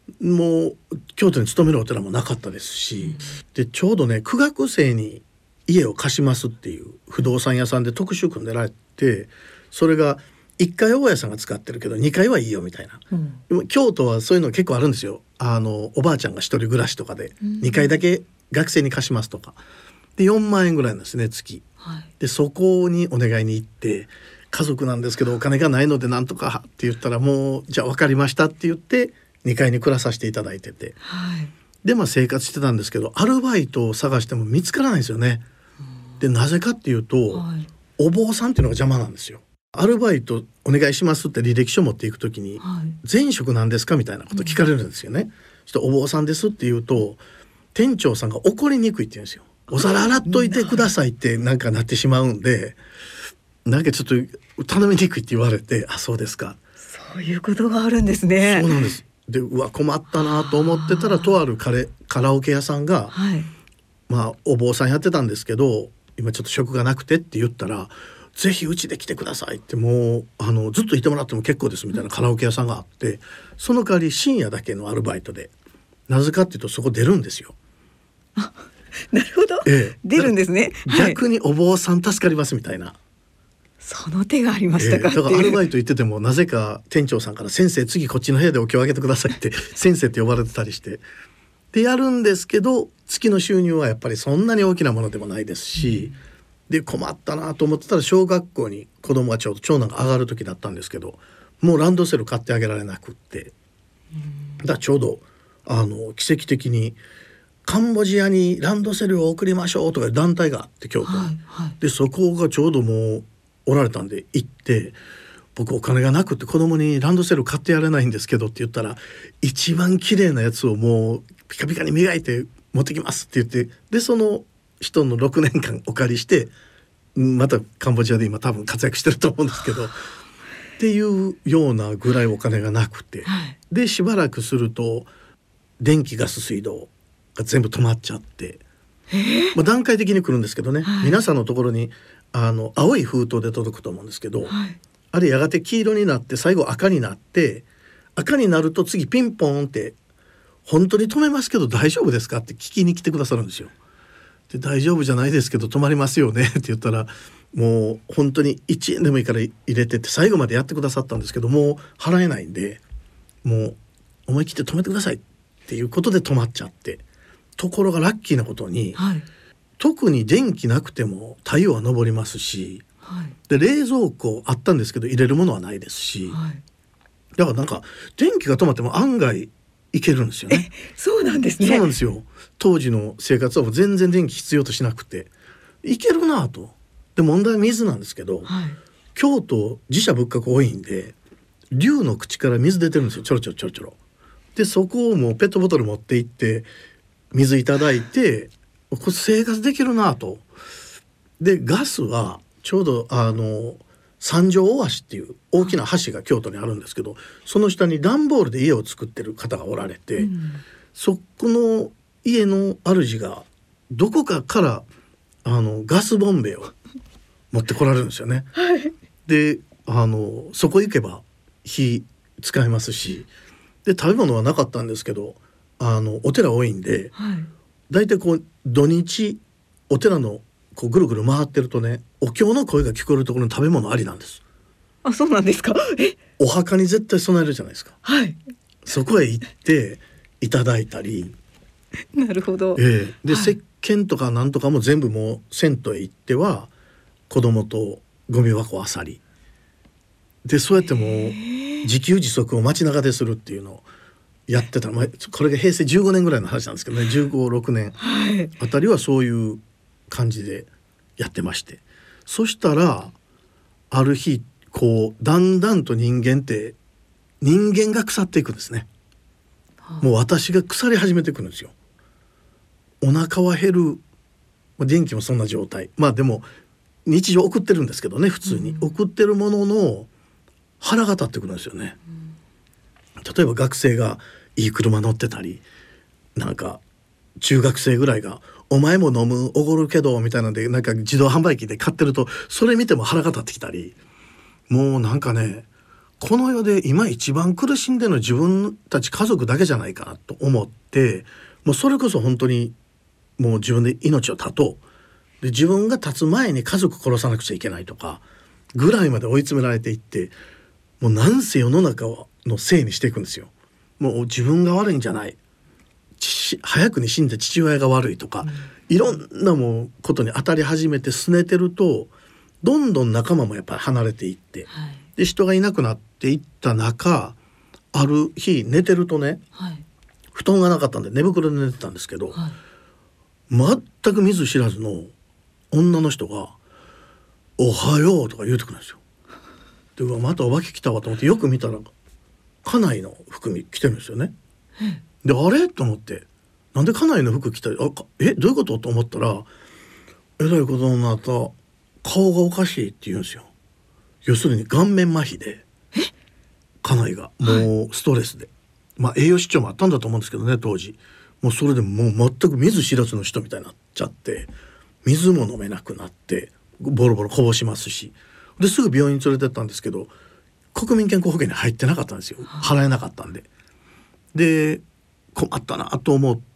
もう京都に勤めるお寺もなかったですし、でちょうどね苦学生に家を貸しますっていう不動産屋さんで特集組んでられて、それが1階大家さんが使ってるけど2階はいいよみたいな、でも京都はそういうの結構あるんですよ。おばあちゃんが一人暮らしとかで2階だけ学生に貸しますとかで4万円ぐらいなんですね月、でそこにお願いに行って、家族なんですけどお金がないのでなんとかって言ったら、もうじゃあ分かりましたって言って2階に暮らさせていただいてて、で生活してたんですけど、アルバイトを探しても見つからないんですよね。でなぜかっていうと、お坊さんっていうのが邪魔なんですよ。アルバイトお願いしますって履歴書持っていくときに、前職なんですかみたいなこと聞かれるんですよね。ちょっとお坊さんですって言うと、店長さんが怒りにくいって言うんですよ。お皿洗っといてくださいってなんかなってしまうんで、なんかちょっと頼みにくいって言われて、あ、そうですか。 そういうことがあるんですね。 そうなんです。でうわ困ったなと思ってたら、とあるカラオケ屋さんが、お坊さんやってたんですけど今ちょっと職がなくてって言ったら、ぜひうちで来てくださいって、もうずっといてもらっても結構ですみたいなカラオケ屋さんがあって、その代わり深夜だけのアルバイトで、なぜかっていうとそこ出るんですよ。 なるほど、出るんですね。 逆にお坊さん助かりますみたいな、 その手がありましたか。 だからアルバイト行っててもなぜか店長さんから先生次こっちの部屋でお経をあげてくださいって先生って呼ばれてたりしてでやるんですけど、月の収入はやっぱりそんなに大きなものでもないですし、で困ったなと思ってたら、小学校に子供がちょうど長男が上がる時だったんですけど、もうランドセル買ってあげられなくって、だからちょうど奇跡的にカンボジアにランドセルを送りましょうとかいう団体があって京都、でそこがちょうどもうおられたんで行って、僕お金がなくて子供にランドセル買ってやれないんですけどって言ったら、一番綺麗なやつをもうピカピカに磨いて持ってきますって言って、でその人の6年間お借りして、またカンボジアで今多分活躍してると思うんですけどっていうようなぐらいお金がなくて、でしばらくすると電気ガス水道が全部止まっちゃって、段階的に来るんですけどね、皆さんのところに青い封筒で届くと思うんですけど、あれやがて黄色になって最後赤になって、赤になると次ピンポンって本当に止めますけど大丈夫ですかって聞きに来てくださるんですよ。で大丈夫じゃないですけど止まりますよねって言ったら、もう本当に1円でもいいから入れてって最後までやってくださったんですけど、もう払えないんで、もう思い切って止めてくださいっていうことで止まっちゃって、ところがラッキーなことに、特に電気なくても太陽は昇りますし、で冷蔵庫あったんですけど入れるものはないですし、だからなんか電気が止まっても案外いけるんですよね。 そうなんですね。 そうなんですよ。当時の生活はもう全然電気必要としなくていけるなと。で問題は水なんですけど、京都寺社仏閣多いんで龍の口から水出てるんですよ、ちょろちょろちょろちょろ。でそこをもうペットボトル持って行って水いただいて、これ生活できるなと。でガスはちょうど三条大橋っていう大きな橋が京都にあるんですけど、その下に段ボールで家を作ってる方がおられて、そこの家の主がどこかからガスボンベを持ってこられるんですよね。でそこ行けば火使えますし、で食べ物はなかったんですけどお寺多いんで、だいたいこう土日お寺のこうぐるぐる回ってるとね、お経の声が聞こえるところに食べ物ありなんです。 あ、そうなんですか。 お墓に絶対備えるじゃないですか。そこへ行っていただいたりなるほど。 で、石鹸とかなんとかも全部もう銭湯へ行っては子供とゴミ箱あさりで、そうやってもう自給自足を街中でするっていうのをやってた、これが平成15年ぐらいの話なんですけどね、15、6年あたりはそういう感じでやってまして、そしたらある日こうだんだんと人間って人間が腐っていくんですね。もう私が腐り始めてくるんですよ。お腹は減る、電気もそんな状態、でも日常送ってるんですけどね、普通に送ってるものの腹が立ってくるんですよね。例えば学生がいい車乗ってたり、なんか中学生ぐらいがお前も飲むおごるけどみたいなのでなんか自動販売機で買ってると、それ見ても腹が立ってきたり、もうなんかねこの世で今一番苦しんでるのは自分たち家族だけじゃないかなと思って、もうそれこそ本当にもう自分で命を絶とう、で自分が立つ前に家族殺さなくちゃいけないとかぐらいまで追い詰められていって、もうなんせ世の中のせいにしていくんですよ。もう自分が悪いんじゃない、早くに死んだ父親が悪いとか、いろんなもうことに当たり始めて拗ねてると、どんどん仲間もやっぱり離れていって、で人がいなくなっていった中、ある日寝てるとね、布団がなかったんで寝袋で寝てたんですけど、全く見ず知らずの女の人がおはようとか言うてくるんですよ。でうわまたお化け来たわと思ってよく見たら家内の服着てるんですよね。であれと思って、なんで家内の服着たり、どういうことと思ったら、えらいことになった、顔がおかしいって言うんですよ。要するに顔面麻痺で家内がもうストレスで、栄養失調もあったんだと思うんですけどね当時。もうそれでもう全く見ず知らずの人みたいになっちゃって、水も飲めなくなってボロボロこぼしますし、ですぐ病院に連れてったんですけど、国民健康保険に入ってなかったんですよ。払えなかったんで。で困ったなと思って、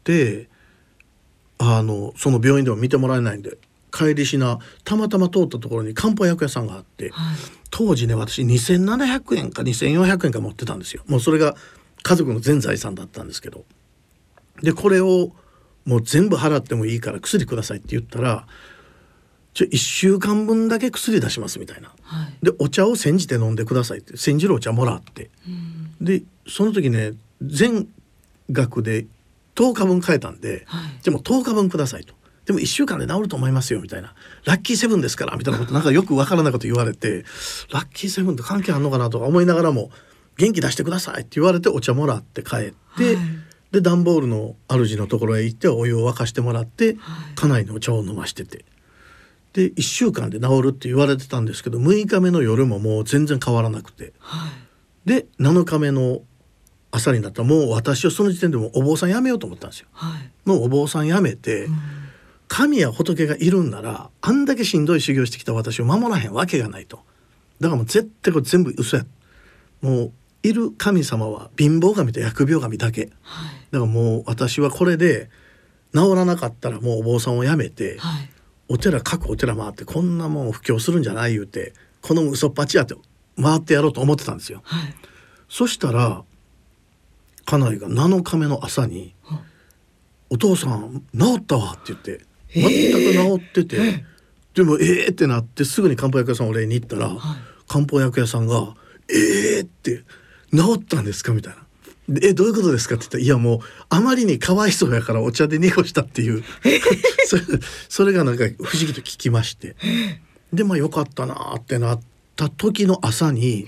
その病院でも見てもらえないんで帰りしなたまたま通ったところに漢方薬屋さんがあって、当時ね私2700円か2400円か持ってたんですよ。もうそれが家族の全財産だったんですけど、でこれをもう全部払ってもいいから薬くださいって言ったら、1週間分だけ薬出しますみたいな、でお茶を煎じて飲んでくださいって煎じるお茶もらって、でその時ね全額で10日分買えたんで、じゃあもう10日分くださいと。でも1週間で治ると思いますよみたいな、ラッキーセブンですからみたいなことなんかよくわからないこと言われてラッキーセブンと関係あんのかなとか思いながらも、元気出してくださいって言われてお茶もらって帰って、で段ボールの主のところへ行ってお湯を沸かしてもらって、家内のお茶を飲ましてて、で1週間で治るって言われてたんですけど、6日目の夜ももう全然変わらなくて、で7日目の朝になったらもう私はその時点でもお坊さん辞めようと思ったんですよ。もうお坊さん辞めて、神や仏がいるんならあんだけしんどい修行してきた私を守らへんわけがないと。だからもう絶対これ全部嘘や。もういる神様は貧乏神と疫病神だけ、だからもう私はこれで治らなかったらもうお坊さんを辞めて、各お寺回ってこんなもん布教するんじゃない言うて、この嘘っぱちやって回ってやろうと思ってたんですよ。そしたら家内が7日目の朝に、お父さん治ったわって言って全く治ってて、でもってなってすぐに漢方薬屋さんお礼に行ったら、漢方薬屋さんがって治ったんですかみたいな。でどういうことですかって言ったら、いやもうあまりにかわいそうやからお茶で濁したっていうそれがなんか不思議と聞きまして、でよかったなってなった時の朝に、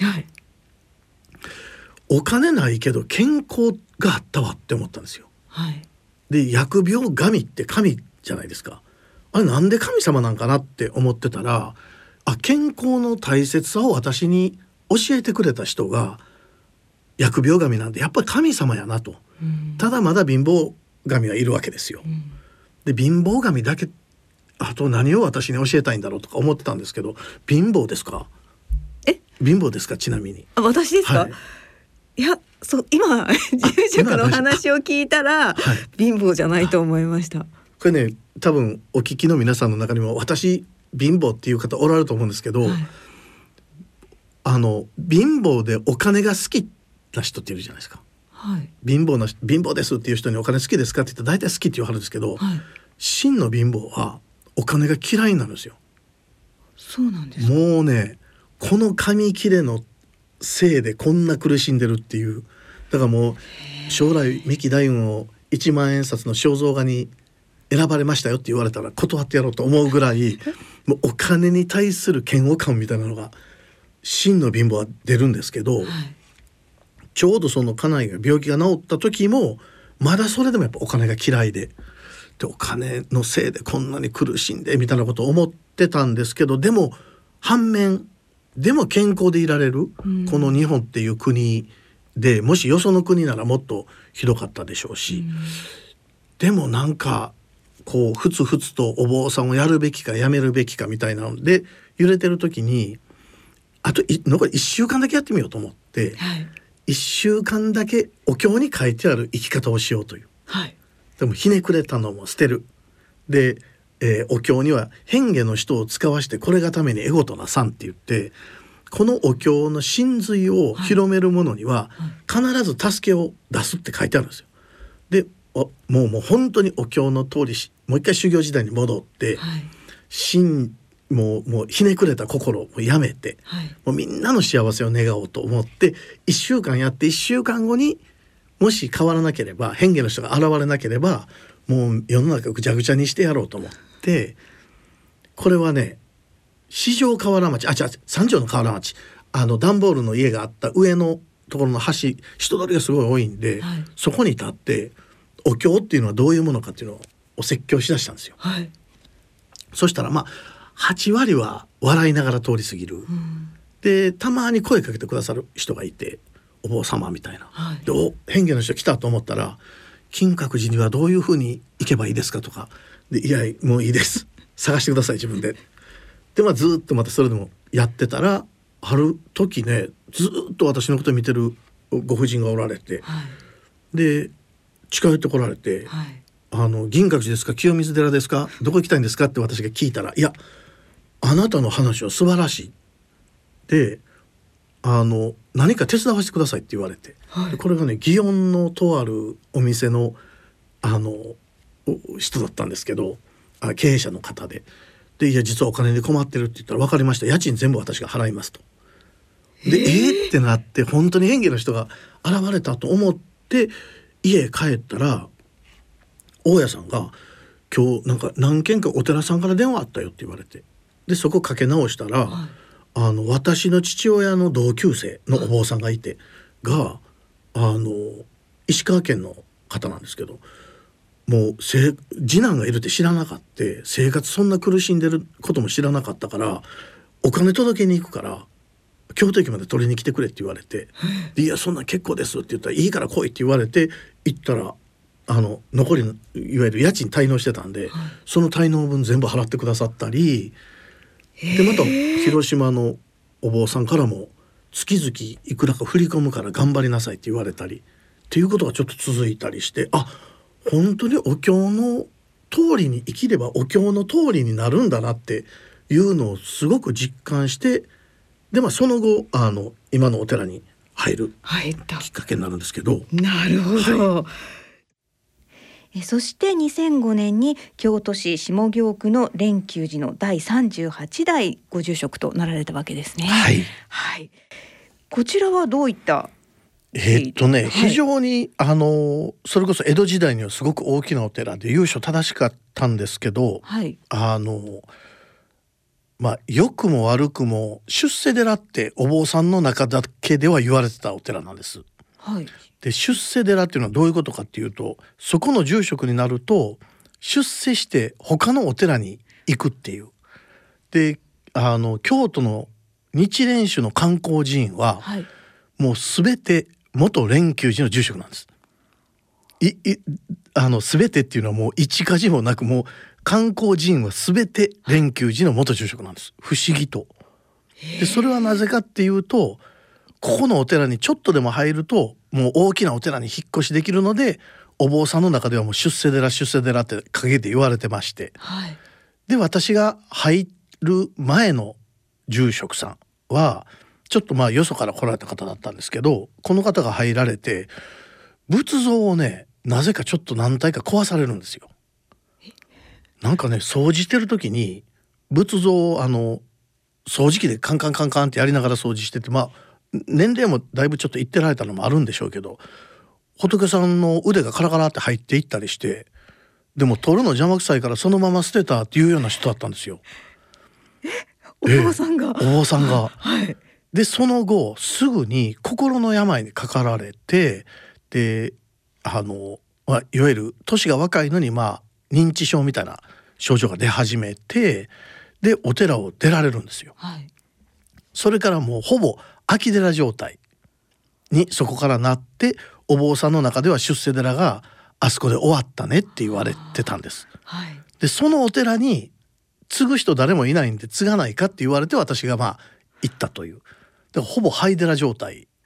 お金ないけど健康があったわって思ったんですよ。で疫病神って神じゃないですか。あれなんで神様なんかなって思ってたら、健康の大切さを私に教えてくれた人が疫病神なんでやっぱり神様やなと。ただまだ貧乏神はいるわけですよ。で貧乏神だけあと何を私に教えたいんだろうとか思ってたんですけど、貧乏ですか？貧乏ですか？ちなみに私ですか？いや今住職の話を聞いたら、貧乏じゃないと思いました。 これね多分お聞きの皆さんの中にも私貧乏っていう方おられると思うんですけど、貧乏でお金が好きな人っているじゃないですか。貧乏ですっていう人にお金好きですかって言ったら大体好きって言わはるんですけど、真の貧乏はお金が嫌いになるんですよ。 そうなんですか？ もうねこの紙切れのせいでこんな苦しんでるっていう。だからもう将来三木大雲を1万円札の肖像画に選ばれましたよって言われたら断ってやろうと思うぐらいもうお金に対する嫌悪感みたいなのが真の貧乏は出るんですけど、ちょうどその家内が病気が治った時もまだそれでもやっぱお金が嫌いで、お金のせいでこんなに苦しんでみたいなことを思ってたんですけど、でも反面でも健康でいられる、この日本っていう国でもしよその国ならもっとひどかったでしょうし、でもなんかこうふつふつとお坊さんをやるべきかやめるべきかみたいなので揺れてる時に残り1週間だけやってみようと思っ 、1週間だけお経に書いてある生き方をしようという、でもひねくれたのも捨てるで、お経には変化の人を使わしてこれがためにエゴとなさんって言って、このお経の真髄を広めるものには必ず助けを出すって書いてあるんですよ。でもう本当にお経の通りもう一回修行時代に戻って、もうひねくれた心をやめて、もうみんなの幸せを願おうと思って1週間やって、1週間後にもし変わらなければ、変化の人が現れなければもう世の中ぐちゃぐちゃにしてやろうと思って、これはね四条河原町、三条の河原町、段ボールの家があった上のところの橋、人通りがすごい多いんで、そこに立ってお経っていうのはどういうものかっていうのをお説教しだしたんですよ。そしたら8割は笑いながら通り過ぎる、でたまに声かけてくださる人がいて、お坊様みたいな、で変化の人来たと思ったら、金閣寺にはどういうふうに行けばいいですかとかで、いやもういいです探してください自分で。でずっとまたそれでもやってたら、ある時ねずっと私のことを見てるご婦人がおられて、で近寄ってこられて、銀閣寺ですか清水寺ですかどこ行きたいんですかって私が聞いたら、いやあなたの話は素晴らしいで、何か手伝わせてくださいって言われて、これがね祇園のとあるお店の人だったんですけど、経営者の方で、いや実はお金で困ってるって言ったら、分かりました、家賃全部私が払いますと。でってなって、本当に変化の人が現れたと思って家へ帰ったら、大家さんが今日なんか何軒かお寺さんから電話あったよって言われて、でそこかけ直したら、私の父親の同級生のお坊さんがいて、が石川県の方なんですけど、もう次男がいるって知らなかった、生活そんな苦しんでることも知らなかったから、お金届けに行くから京都駅まで取りに来てくれって言われて、いやそんな結構ですって言ったら、いいから来いって言われて行ったら、残りのいわゆる家賃滞納してたんで、その滞納分全部払ってくださったりで、また広島のお坊さんからも月々いくらか振り込むから頑張りなさいって言われたりっていうことがちょっと続いたりして、本当にお経の通りに生きればお経の通りになるんだなっていうのをすごく実感して、でその後今のお寺に入るきっかけになるんですけど。 なるほど、そして2005年に京都市下京区の蓮久寺の第38代ご住職となられたわけですね。こちらはどういった非常にそれこそ江戸時代にはすごく大きなお寺で由緒正しかったんですけど、良くも悪くも出世寺ってお坊さんの中だけでは言われてたお寺なんです。で出世寺っていうのはどういうことかっていうと、そこの住職になると出世して他のお寺に行くっていう。で京都の日蓮宗の観光寺院は、もう全て元蓮久寺の住職なんです。全てっていうのはもう一か寺もなく、もう観光寺院は全て蓮久寺の元住職なんです。不思議と。でそれはなぜかっていうと、ここのお寺にちょっとでも入るともう大きなお寺に引っ越しできるので、お坊さんの中ではもう出世寺って陰で言われてまして、で私が入る前の住職さんはちょっとよそから来られた方だったんですけど、この方が入られて仏像をね、なぜかちょっと何体か壊されるんですよ。なんかね、掃除してる時に仏像を掃除機でカンカンカンカンってやりながら掃除してて、年齢もだいぶちょっといってられたのもあるんでしょうけど、仏さんの腕がカラカラって入っていったりして、でも取るの邪魔くさいからそのまま捨てたっていうような人だったんですよ。 お坊さんが、 でその後すぐに心の病にかかられて、でいわゆる年が若いのに認知症みたいな症状が出始めて、でお寺を出られるんですよ。それからもうほぼ空き寺状態にそこからなって、お坊さんの中では出世寺があそこで終わったねって言われてたんです。でそのお寺に継ぐ人誰もいないんで継がないかって言われて、私が行ったという。だからほぼ廃寺状態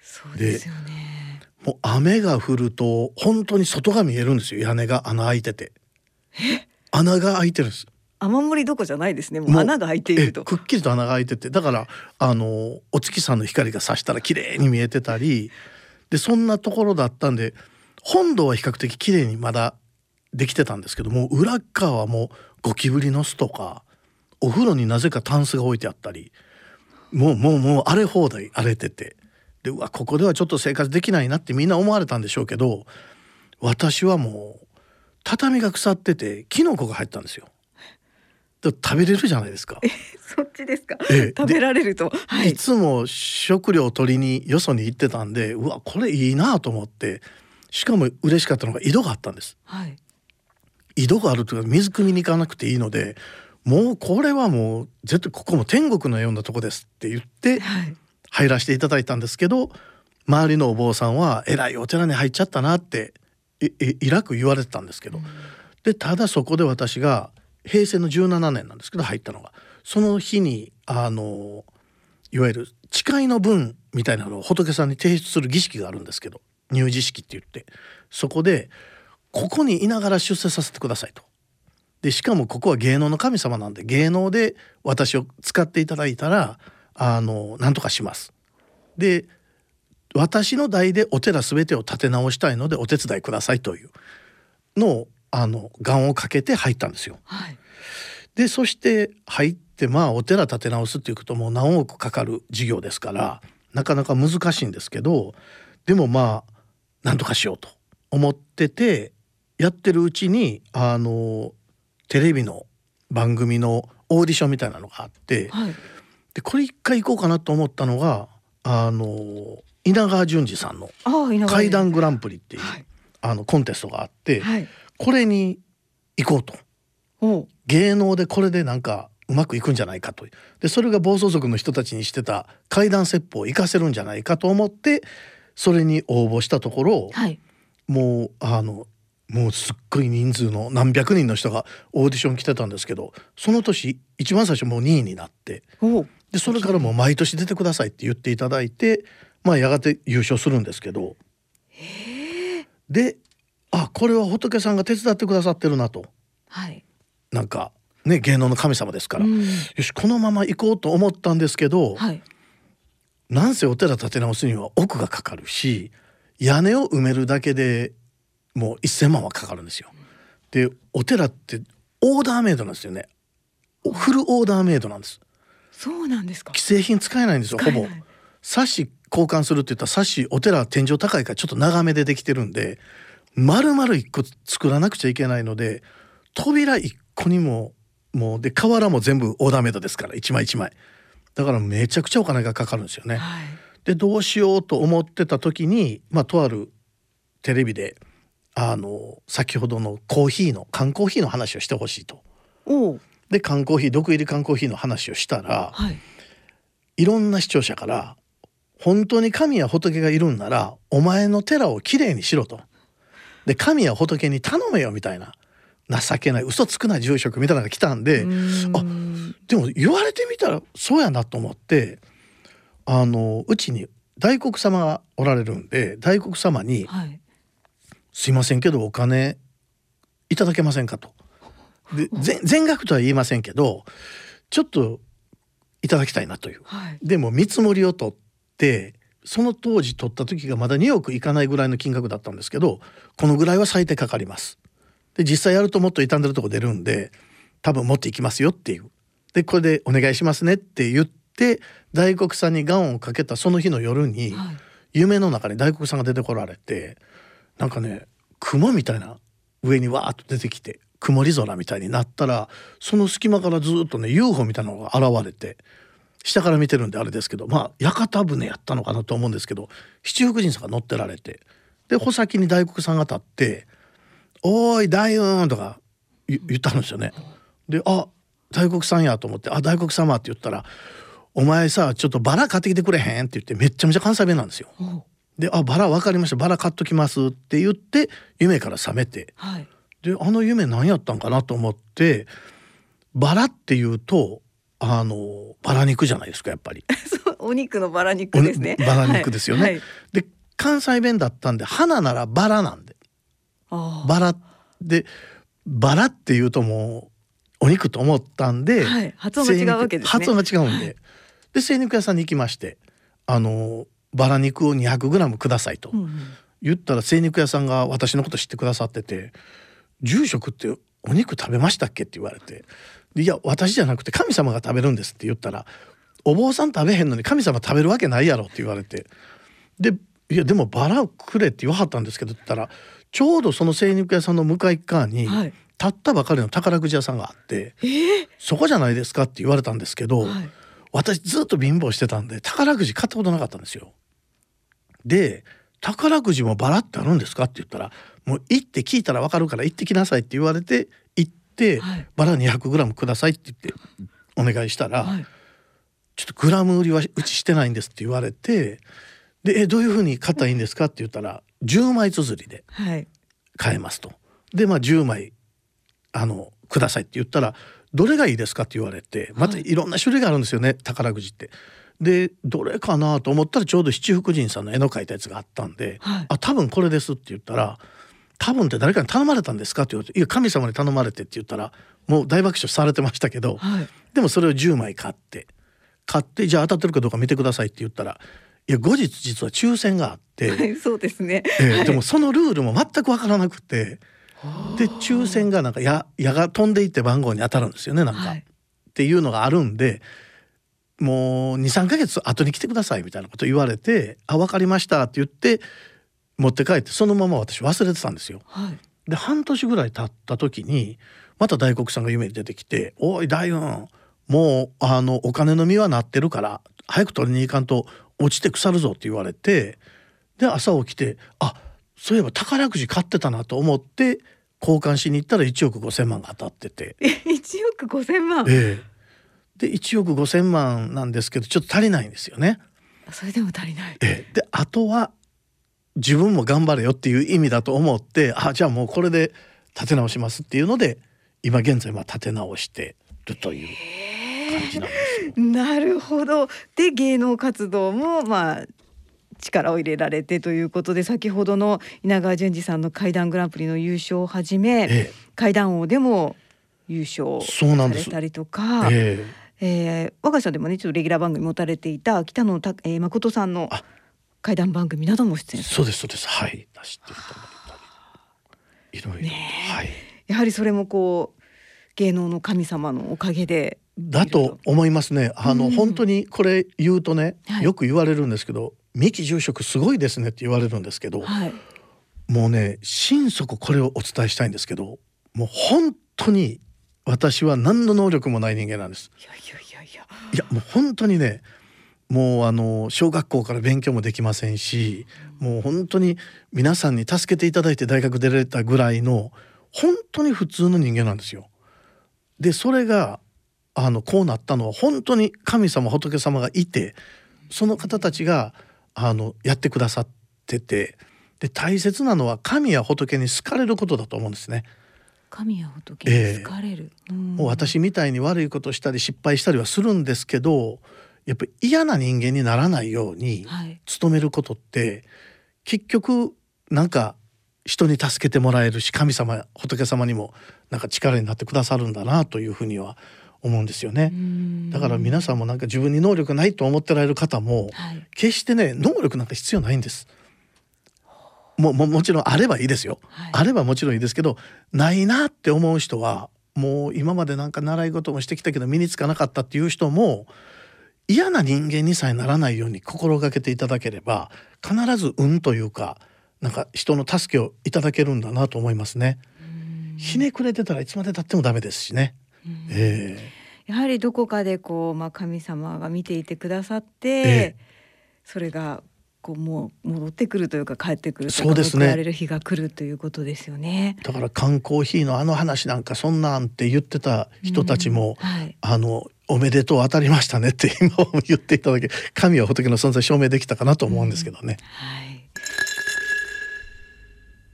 そうですよね。 もう雨が降ると本当に外が見えるんですよ。屋根が穴開いてて、穴が開いてるんです。 雨漏りどこじゃないですね。もう穴が開いていると。 くっきりと穴が開いてて、だからお月さんの光が差したら綺麗に見えてたりで、そんなところだったんで本堂は比較的綺麗にまだできてたんですけども、裏側はもうゴキブリの巣とか、お風呂になぜかタンスが置いてあったり、もう荒れ放題荒れてて、でうわここではちょっと生活できないなってみんな思われたんでしょうけど、私はもう畳が腐っててキノコが入ったんですよ。で食べれるじゃないですか。 そっちですか。食べられると、 はい、いつも食料を取りによそに行ってたんで、うわこれいいなと思って、しかも嬉しかったのが井戸があったんです、はい、井戸があるというか水汲みに行かなくていいので、もうこれはもう絶対ここも天国のようなとこですって言って入らせていただいたんですけど、周りのお坊さんはえらいお寺に入っちゃったなっていらく言われてたんですけど、でただそこで私が平成の17年なんですけど入ったのが、その日にいわゆる誓いの文みたいなのを仏さんに提出する儀式があるんですけど、入寺式って言って、そこでここにいながら出世させてくださいと。でしかもここは芸能の神様なんで、芸能で私を使っていただいたら何とかします。で私の代でお寺全てを立て直したいのでお手伝いくださいというのを願をかけて入ったんですよ、はい、でそして入ってお寺建て直すっていうことも何億かかる事業ですからなかなか難しいんですけど、でも何とかしようと思っててやってるうちにテレビの番組のオーディションみたいなのがあって、はい、でこれ一回行こうかなと思ったのが稲川淳二さんの怪談グランプリっていう、はい、コンテストがあって、はい、これに行こうと、芸能でこれでなんかうまくいくんじゃないかと、でそれが暴走族の人たちにしてた怪談説法を活かせるんじゃないかと思ってそれに応募したところ、はい、もうすっごい人数の何百人の人がオーディション来てたんですけど、その年一番最初もう2位になって、でそれからもう毎年出てくださいって言っていただいて、やがて優勝するんですけど、でこれは仏さんが手伝ってくださってるなと、はい、なんかね芸能の神様ですから、よしこのまま行こうと思ったんですけど、はい、なんせお寺建て直すには億がかかるし、屋根を埋めるだけでもう1000万はかかるんですよ。でお寺ってオーダーメイドなんですよね。フルオーダーメイドなんです。 そうなんですか。 既製品使えないんですよ。ほぼサッシ交換するって言ったらサッシお寺は天井高いからちょっと長めでできてるんで丸々1個作らなくちゃいけないので、扉1個にもで瓦も全部オーダーメイドですから一枚一枚だからめちゃくちゃお金がかかるんですよね、はい、でどうしようと思ってた時に、とあるテレビで先ほどの缶コーヒーの話をしてほしいと。で缶コーヒー毒入り缶コーヒーの話をしたら、はい、いろんな視聴者から本当に神や仏がいるんならお前の寺をきれいにしろと、で神や仏に頼めよみたいな、情けない嘘つくな住職みたいなのが来たんで、でも言われてみたらそうやなと思って、うちに大黒様がおられるんで大黒様に、はい、すいませんけどお金いただけませんかと。で全額とは言いませんけどちょっといただきたいなという、はい、でも見積もりを取ってその当時取った時がまだ2億いかないぐらいの金額だったんですけど、このぐらいは最低かかります。で実際やるともっと傷んでるとこ出るんで多分持っていきますよっていう、でこれでお願いしますねって言って大黒さんに願をかけたその日の夜に、はい、夢の中に大黒さんが出てこられて、なんかね雲みたいな上にわーっと出てきて曇り空みたいになったらその隙間からずっとね UFO みたいなのが現れて、下から見てるんであれですけど屋形船やったのかなと思うんですけど七福神さんが乗ってられて、で穂先に大黒さんが立っておーい大雲とか言ったんですよね。で大黒さんやと思って大黒様って言ったらお前さちょっとバラ買ってきてくれへんって言ってめっちゃめちゃ関西弁なんですよ。でバラ分かりましたバラ買っときますって言って夢から覚めて、はい、で夢何やったんかなと思ってバラっていうとバラ肉じゃないですかやっぱりお肉のバラ肉ですね。 バラ肉ですよね、はい、で関西弁だったんで花ならバラなんで、バラでバラっていうともうお肉と思ったんで、 はい、発音が違うわけですね。 発音が違うんで、はい、で精肉屋さんに行きまして、バラ肉を 200g くださいと言ったら、精肉屋さんが私のこと知ってくださってて、住職ってお肉食べましたっけって言われて、いや私じゃなくて神様が食べるんですって言ったら、お坊さん食べへんのに神様食べるわけないやろって言われて、でいやでもバラをくれって言わはったんですけどって言ったら、ちょうどその精肉屋さんの向かい側に、はい、建ったばかりの宝くじ屋さんがあって、そこじゃないですかって言われたんですけど、はい、私ずっと貧乏してたんで宝くじ買ったことなかったんですよ。で宝くじもバラってあるんですかって言ったら、もう行って聞いたら分かるから行ってきなさいって言われて行って、はい、バラ 200g くださいって言ってお願いしたら、はい、ちょっとグラム売りはうちしてないんですって言われて、でどういうふうに買ったらいいんですかって言ったら、10枚綴りで買えますと、で10枚くださいって言ったら、どれがいいですかって言われて、またいろんな種類があるんですよね、宝くじって。でどれかなと思ったら、ちょうど七福神さんの絵の描いたやつがあったんで、はい、多分これですって言ったら、多分って誰かに頼まれたんですかって言われて、いや神様に頼まれてって言ったら、もう大爆笑されてましたけど、はい、でもそれを10枚買ってじゃあ当たってるかどうか見てくださいって言ったら、いや後日実は抽選があって、 はい、そうですね、 でもそのルールも全く分からなくて、で抽選がなんか矢が飛んでいって番号に当たるんですよね、なんか、はい、っていうのがあるんで、もう 2,3 ヶ月後に来てくださいみたいなこと言われて、分かりましたって言って持って帰って、そのまま私忘れてたんですよ、はい、で半年ぐらい経った時にまた大黒さんが夢に出てきて、おい大雲、もうお金の実はなってるから早く取りに行かんと落ちて腐るぞって言われて、で朝起きて、そういえば宝くじ買ってたなと思って交換しに行ったら1億5,000万が当たってて、 1億5,000万、 で1億5,000万なんですけど、ちょっと足りないんですよね。 それでも足りない、 であとは自分も頑張れよっていう意味だと思って、じゃあもうこれで立て直しますっていうので、今現在立て直してるという感じなんですよ。 なるほど。で芸能活動も力を入れられてということで、先ほどの稲川淳二さんの怪談グランプリの優勝をはじめ、怪談王でも優勝されたりとか、我が社でもねちょっとレギュラー番組持たれていた北野誠さんの怪談番組なども出演されて、 そうですそうです、はい、出していただいたりいろいろ、はい、 やはりそれも芸能の神様のおかげでだと思いますね。本当にこれ言うとね、よく言われるんですけど、三木住職すごいですねって言われるんですけど、はい、もうね心底これをお伝えしたいんですけど、もう本当に私は何の能力もない人間なんです。いやもう本当にね、もう小学校から勉強もできませんし、もう本当に皆さんに助けていただいて大学出られたぐらいの本当に普通の人間なんですよ。でそれがこうなったのは本当に神様仏様がいて、その方たちがやってくださってて、で大切なのは神や仏に好かれることだと思うんですね。 神や仏に好かれる、 もう私みたいに悪いことしたり失敗したりはするんですけど、やっぱり嫌な人間にならないように努めることって、結局なんか人に助けてもらえるし、神様仏様にもなんか力になってくださるんだなというふうには思うんですよね。だから皆さんもなんか自分に能力ないと思ってられる方も、決してね能力なんか必要ないんです。もちろんあればいいですよ、あればもちろんいいですけど、ないなって思う人は、もう今までなんか習い事もしてきたけど身につかなかったっていう人も、嫌な人間にさえならないように心がけていただければ、必ず運というかなんか人の助けをいただけるんだなと思いますね。ひねくれてたらいつまで経ってもダメですしね。 やはりどこかで神様が見ていてくださって、それがもう戻ってくるというか帰ってくるというか、報われる日が来るということですよね。 だから缶コーヒーの話なんかそんなんって言ってた人たちも、おめでとう当たりましたねって今言っていただけ、神は仏の存在証明できたかなと思うんですけどね。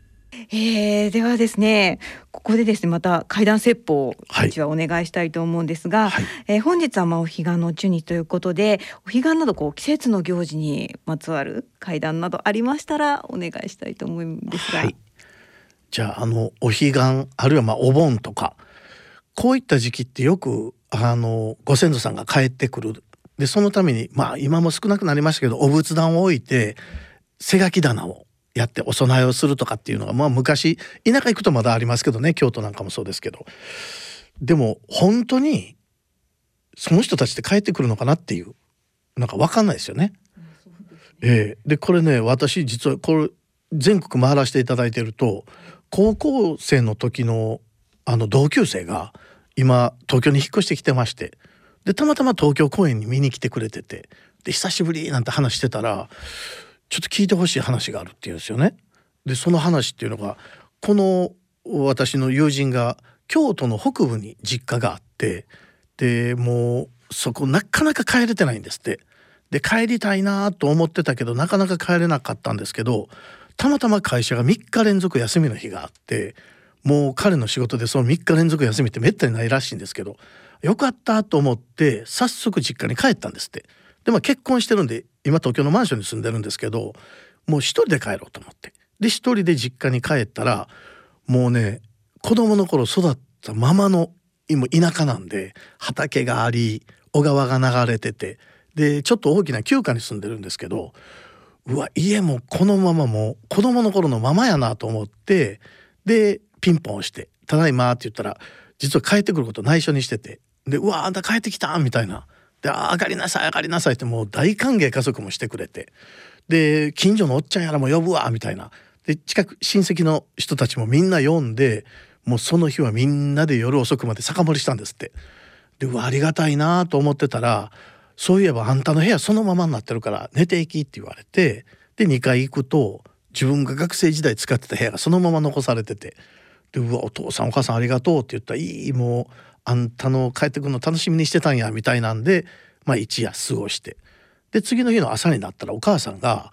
ではですね、ここでですねまた怪談説法を一はお願いしたいと思うんですが、本日はお彼岸の中日ということで、お彼岸など季節の行事にまつわる怪談などありましたらお願いしたいと思うんですが、 じゃあお彼岸あるいはお盆とかこういった時期ってよくご先祖さんが帰ってくる。でそのために今も少なくなりましたけどお仏壇を置いて背書き棚をやってお供えをするとかっていうのが昔田舎行くとまだありますけどね、京都なんかもそうですけど、でも本当にその人たちって帰ってくるのかなっていうなんか分かんないですよね。でこれね、私実はこれ全国回らせていただいていると高校生の時の同級生が今東京に引っ越してきてまして、でたまたま東京公演に見に来てくれてて、で久しぶりなんて話してたらちょっと聞いてほしい話があるっていうんですよね。でその話っていうのが、この私の友人が京都の北部に実家があって、でもうそこなかなか帰れてないんですって。で帰りたいなと思ってたけどなかなか帰れなかったんですけど、たまたま会社が3日連続休みの日があって、もう彼の仕事でその3日連続休みってめったにないらしいんですけど、よかったと思って早速実家に帰ったんですって。で結婚してるんで今東京のマンションに住んでるんですけど、もう一人で帰ろうと思って、で一人で実家に帰ったら、もうね子供の頃育ったままの今田舎なんで畑があり小川が流れてて、でちょっと大きな旧家に住んでるんですけど、家もこのままもう子供の頃のままやなと思って、でピンポン押して「ただいま」って言ったら実は帰ってくることを内緒にしてて、であんた帰ってきたみたいな、で上がりなさい上がりなさいってもう大歓迎家族もしてくれて、で近所のおっちゃんやらも呼ぶわみたいな、で近く親戚の人たちもみんな呼んで、もうその日はみんなで夜遅くまで酒盛りしたんですって。でありがたいなと思ってたら、そういえばあんたの部屋そのままになってるから寝ていきって言われて、で2階行くと自分が学生時代使ってた部屋がそのまま残されてて、でお父さんお母さんありがとうって言ったら、もうあんたの帰ってくるの楽しみにしてたんやみたいなんで、一夜過ごして、で次の日の朝になったらお母さんが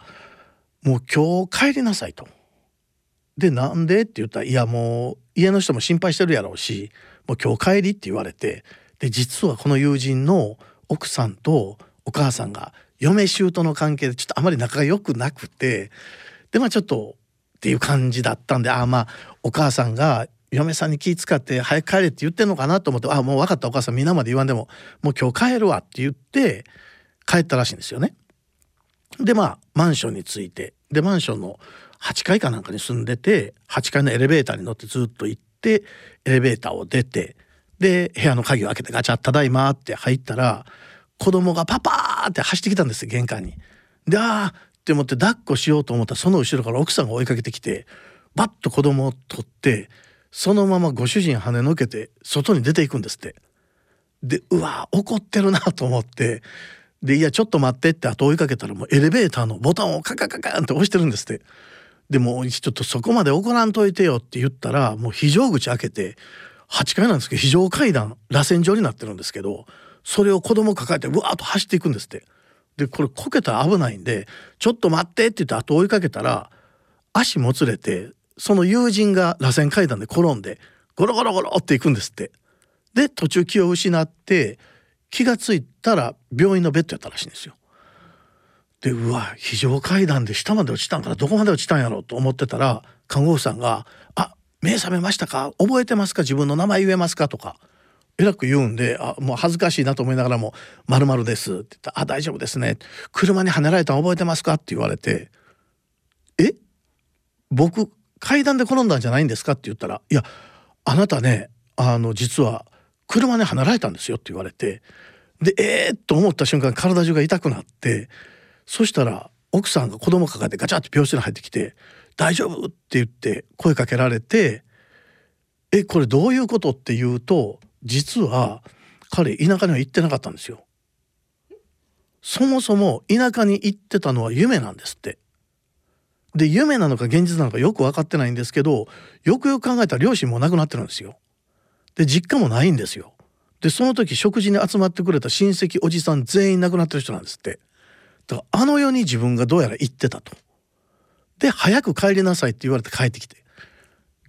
「もう今日帰りなさい」と。でなんでって言ったら「いやもう家の人も心配してるやろうしもう今日帰り」って言われて、で実はこの友人の奥さんとお母さんが嫁姑の関係でちょっとあまり仲が良くなくて、でちょっとっていう感じだったんで、お母さんが嫁さんに気遣って早く帰れって言ってんのかなと思って、もう分かったお母さん皆まで言わんでももう今日帰るわって言って帰ったらしいんですよね。でマンションに着いて、でマンションの8階かなんかに住んでて、8階のエレベーターに乗ってずっと行ってエレベーターを出て、で部屋の鍵を開けてガチャッただいまって入ったら、子供がパパーって走ってきたんですよ玄関に。でって思って抱っこしようと思ったら、その後ろから奥さんが追いかけてきてバッと子供を取ってそのままご主人跳ねのけて外に出ていくんですって。で怒ってるなと思って、でいやちょっと待ってって後追いかけたら、もうエレベーターのボタンをカカカカンって押してるんですって。でもちょっとそこまで怒らんといてよって言ったら、もう非常口開けて8階なんですけど非常階段螺旋状になってるんですけど、それを子供抱えてうわーっと走っていくんですって。でこれこけたら危ないんでちょっと待ってって言って後追いかけたら、足もつれてその友人が螺旋階段で転んでゴロゴロゴロっていくんですって。で途中気を失って気がついたら病院のベッドやったらしいんですよ。で非常階段で下まで落ちたんからどこまで落ちたんやろうと思ってたら、看護婦さんが「目覚めましたか？覚えてますか？自分の名前言えますか？」とかえらく言うんで、もう恥ずかしいなと思いながらも「〇〇です」って言ったら「大丈夫ですね。車にはねられたの覚えてますか？」って言われて「え僕階段で転んだんじゃないんですか？」って言ったら「いやあなたね実は車にはねられたんですよ」って言われて、でと思った瞬間体中が痛くなって、そしたら奥さんが子供抱えてガチャって病室に入ってきて「大丈夫？」って言って声かけられて「これどういうこと？」って言うと、実は彼田舎には行ってなかったんですよ。そもそも田舎に行ってたのは夢なんですって。で夢なのか現実なのかよく分かってないんですけど、よくよく考えたら両親も亡くなってるんですよ。で実家もないんですよ。でその時食事に集まってくれた親戚おじさん全員亡くなってる人なんですって。だから世に自分がどうやら行ってたと。で早く帰りなさいって言われて帰ってきて、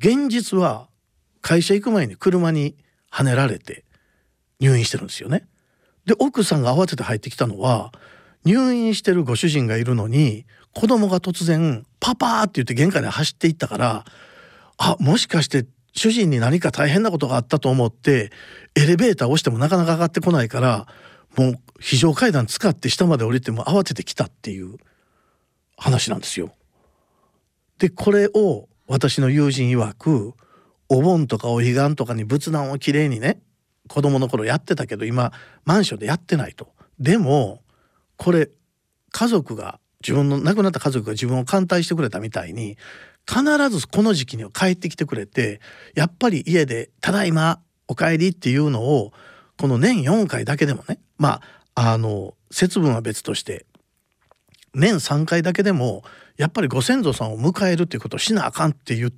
現実は会社行く前に車にはねられて入院してるんですよね。で奥さんが慌てて入ってきたのは、入院してるご主人がいるのに子供が突然パパーって言って玄関に走っていったから、もしかして主人に何か大変なことがあったと思ってエレベーターを押してもなかなか上がってこないから、もう非常階段使って下まで降りても慌ててきたっていう話なんですよ。でこれを私の友人曰く、お盆とかお彼岸とかに仏壇をきれいにね、子供の頃やってたけど今マンションでやってないと。でもこれ家族が、自分の亡くなった家族が自分を歓待してくれたみたいに、必ずこの時期には帰ってきてくれて、やっぱり家でただいまお帰りっていうのをこの年4回だけでもね、節分は別として年3回だけでもやっぱりご先祖さんを迎えるっていうことをしなあかんって言って、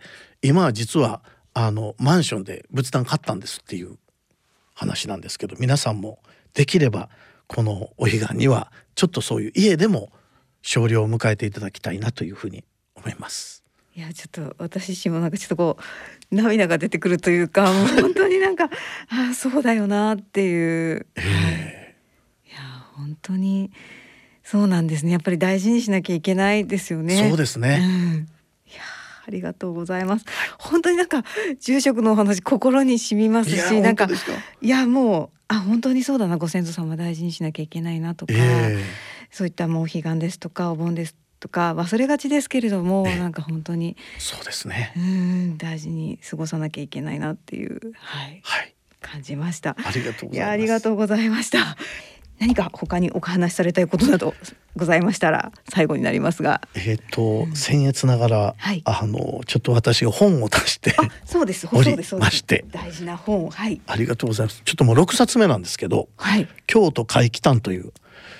今は実はマンションで仏壇買ったんですっていう話なんですけど、皆さんもできればこのお彼岸にはちょっとそういう家でも少量を迎えていただきたいなというふうに思います。 いやちょっと私自身もなんかちょっとこう涙が出てくるというか、もう本当になんかそうだよなっていう、いや本当にそうなんですね。やっぱり大事にしなきゃいけないですよね。 そうですね、 いやありがとうございます。本当になんか住職のお話心に染みますし、なんかいやもう本当にそうだな、ご先祖様大事にしなきゃいけないなとか、そういったもう彼岸ですとかお盆ですとか忘れがちですけれども、なんか本当にそうですね、 大事に過ごさなきゃいけないなっていう、感じました。 ありがとうございます。 いやありがとうございました。何か他にお話しされたいことなどございましたら最後になりますが、 僭越ながら、ちょっと私が本を出してそうですおりまして、 大事な本を、 ありがとうございます。ちょっともう6冊目なんですけど、京都怪奇譚という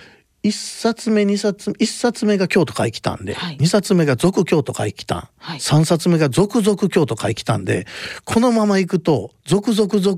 1冊目1冊目が京都怪奇譚で、2冊目が続京都怪奇譚、3冊目が続々京都怪奇譚で、このままいくと続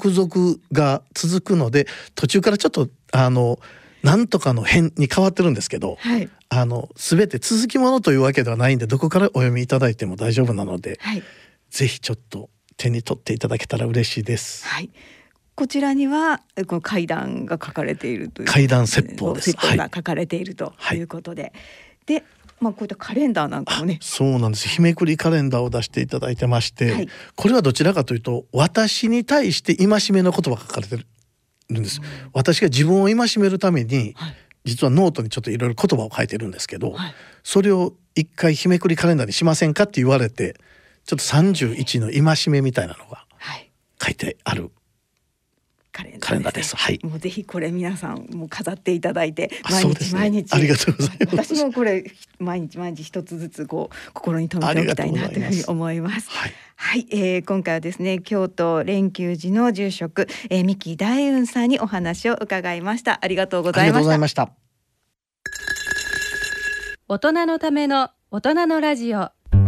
々が続くので、途中からちょっとなんとかの編に変わってるんですけど、全て続きものというわけではないんで、どこからお読みいただいても大丈夫なので、ぜひちょっと手に取っていただけたら嬉しいです。 こちらにはこの階段が書かれているという、 階段説法です。 説法が書かれているということで、で、こういったカレンダーなんかもね、 そうなんです。日めくりカレンダーを出していただいてまして、これはどちらかというと私に対して戒めの言葉が書かれてるんです。私が自分を戒めるために、実はノートにちょっといろいろ言葉を書いてるんですけど、それを一回日めくりカレンダーにしませんかって言われて、ちょっと31の戒めみたいなのが書いてあるカレンダーです。 もうぜひこれ皆さんも飾っていただいて、毎日ありがとうございます。 私もこれ毎日一つずつ心に留めておきたいなというふうに思います。今回はですね、京都蓮久寺の住職、三木大雲さんにお話を伺いました。ありがとうございました。 大人のための大人のラジオ。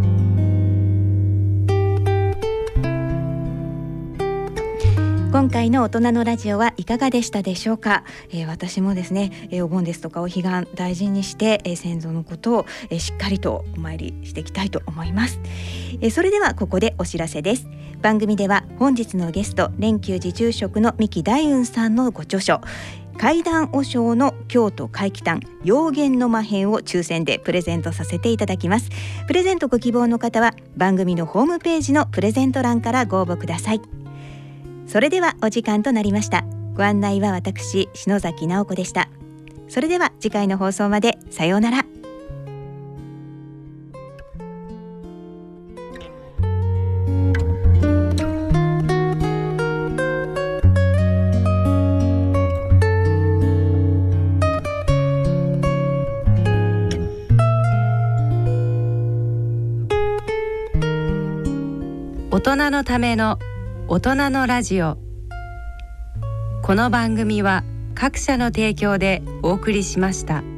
今回の大人のラジオはいかがでしたでしょうか。私もですね、お盆ですとかお彼岸大事にして、先祖のことを、しっかりとお参りしていきたいと思います。それではここでお知らせです。番組では本日のゲスト蓮久寺住職の三木大雲さんのご著書怪談和尚の京都怪奇譚陽言の魔編を抽選でプレゼントさせていただきます。プレゼントご希望の方は番組のホームページのプレゼント欄からご応募ください。それではお時間となりました。ご案内は私篠崎直子でした。それでは次回の放送まで。さようなら。 大人のための大人のラジオ。この番組は各社の提供でお送りしました。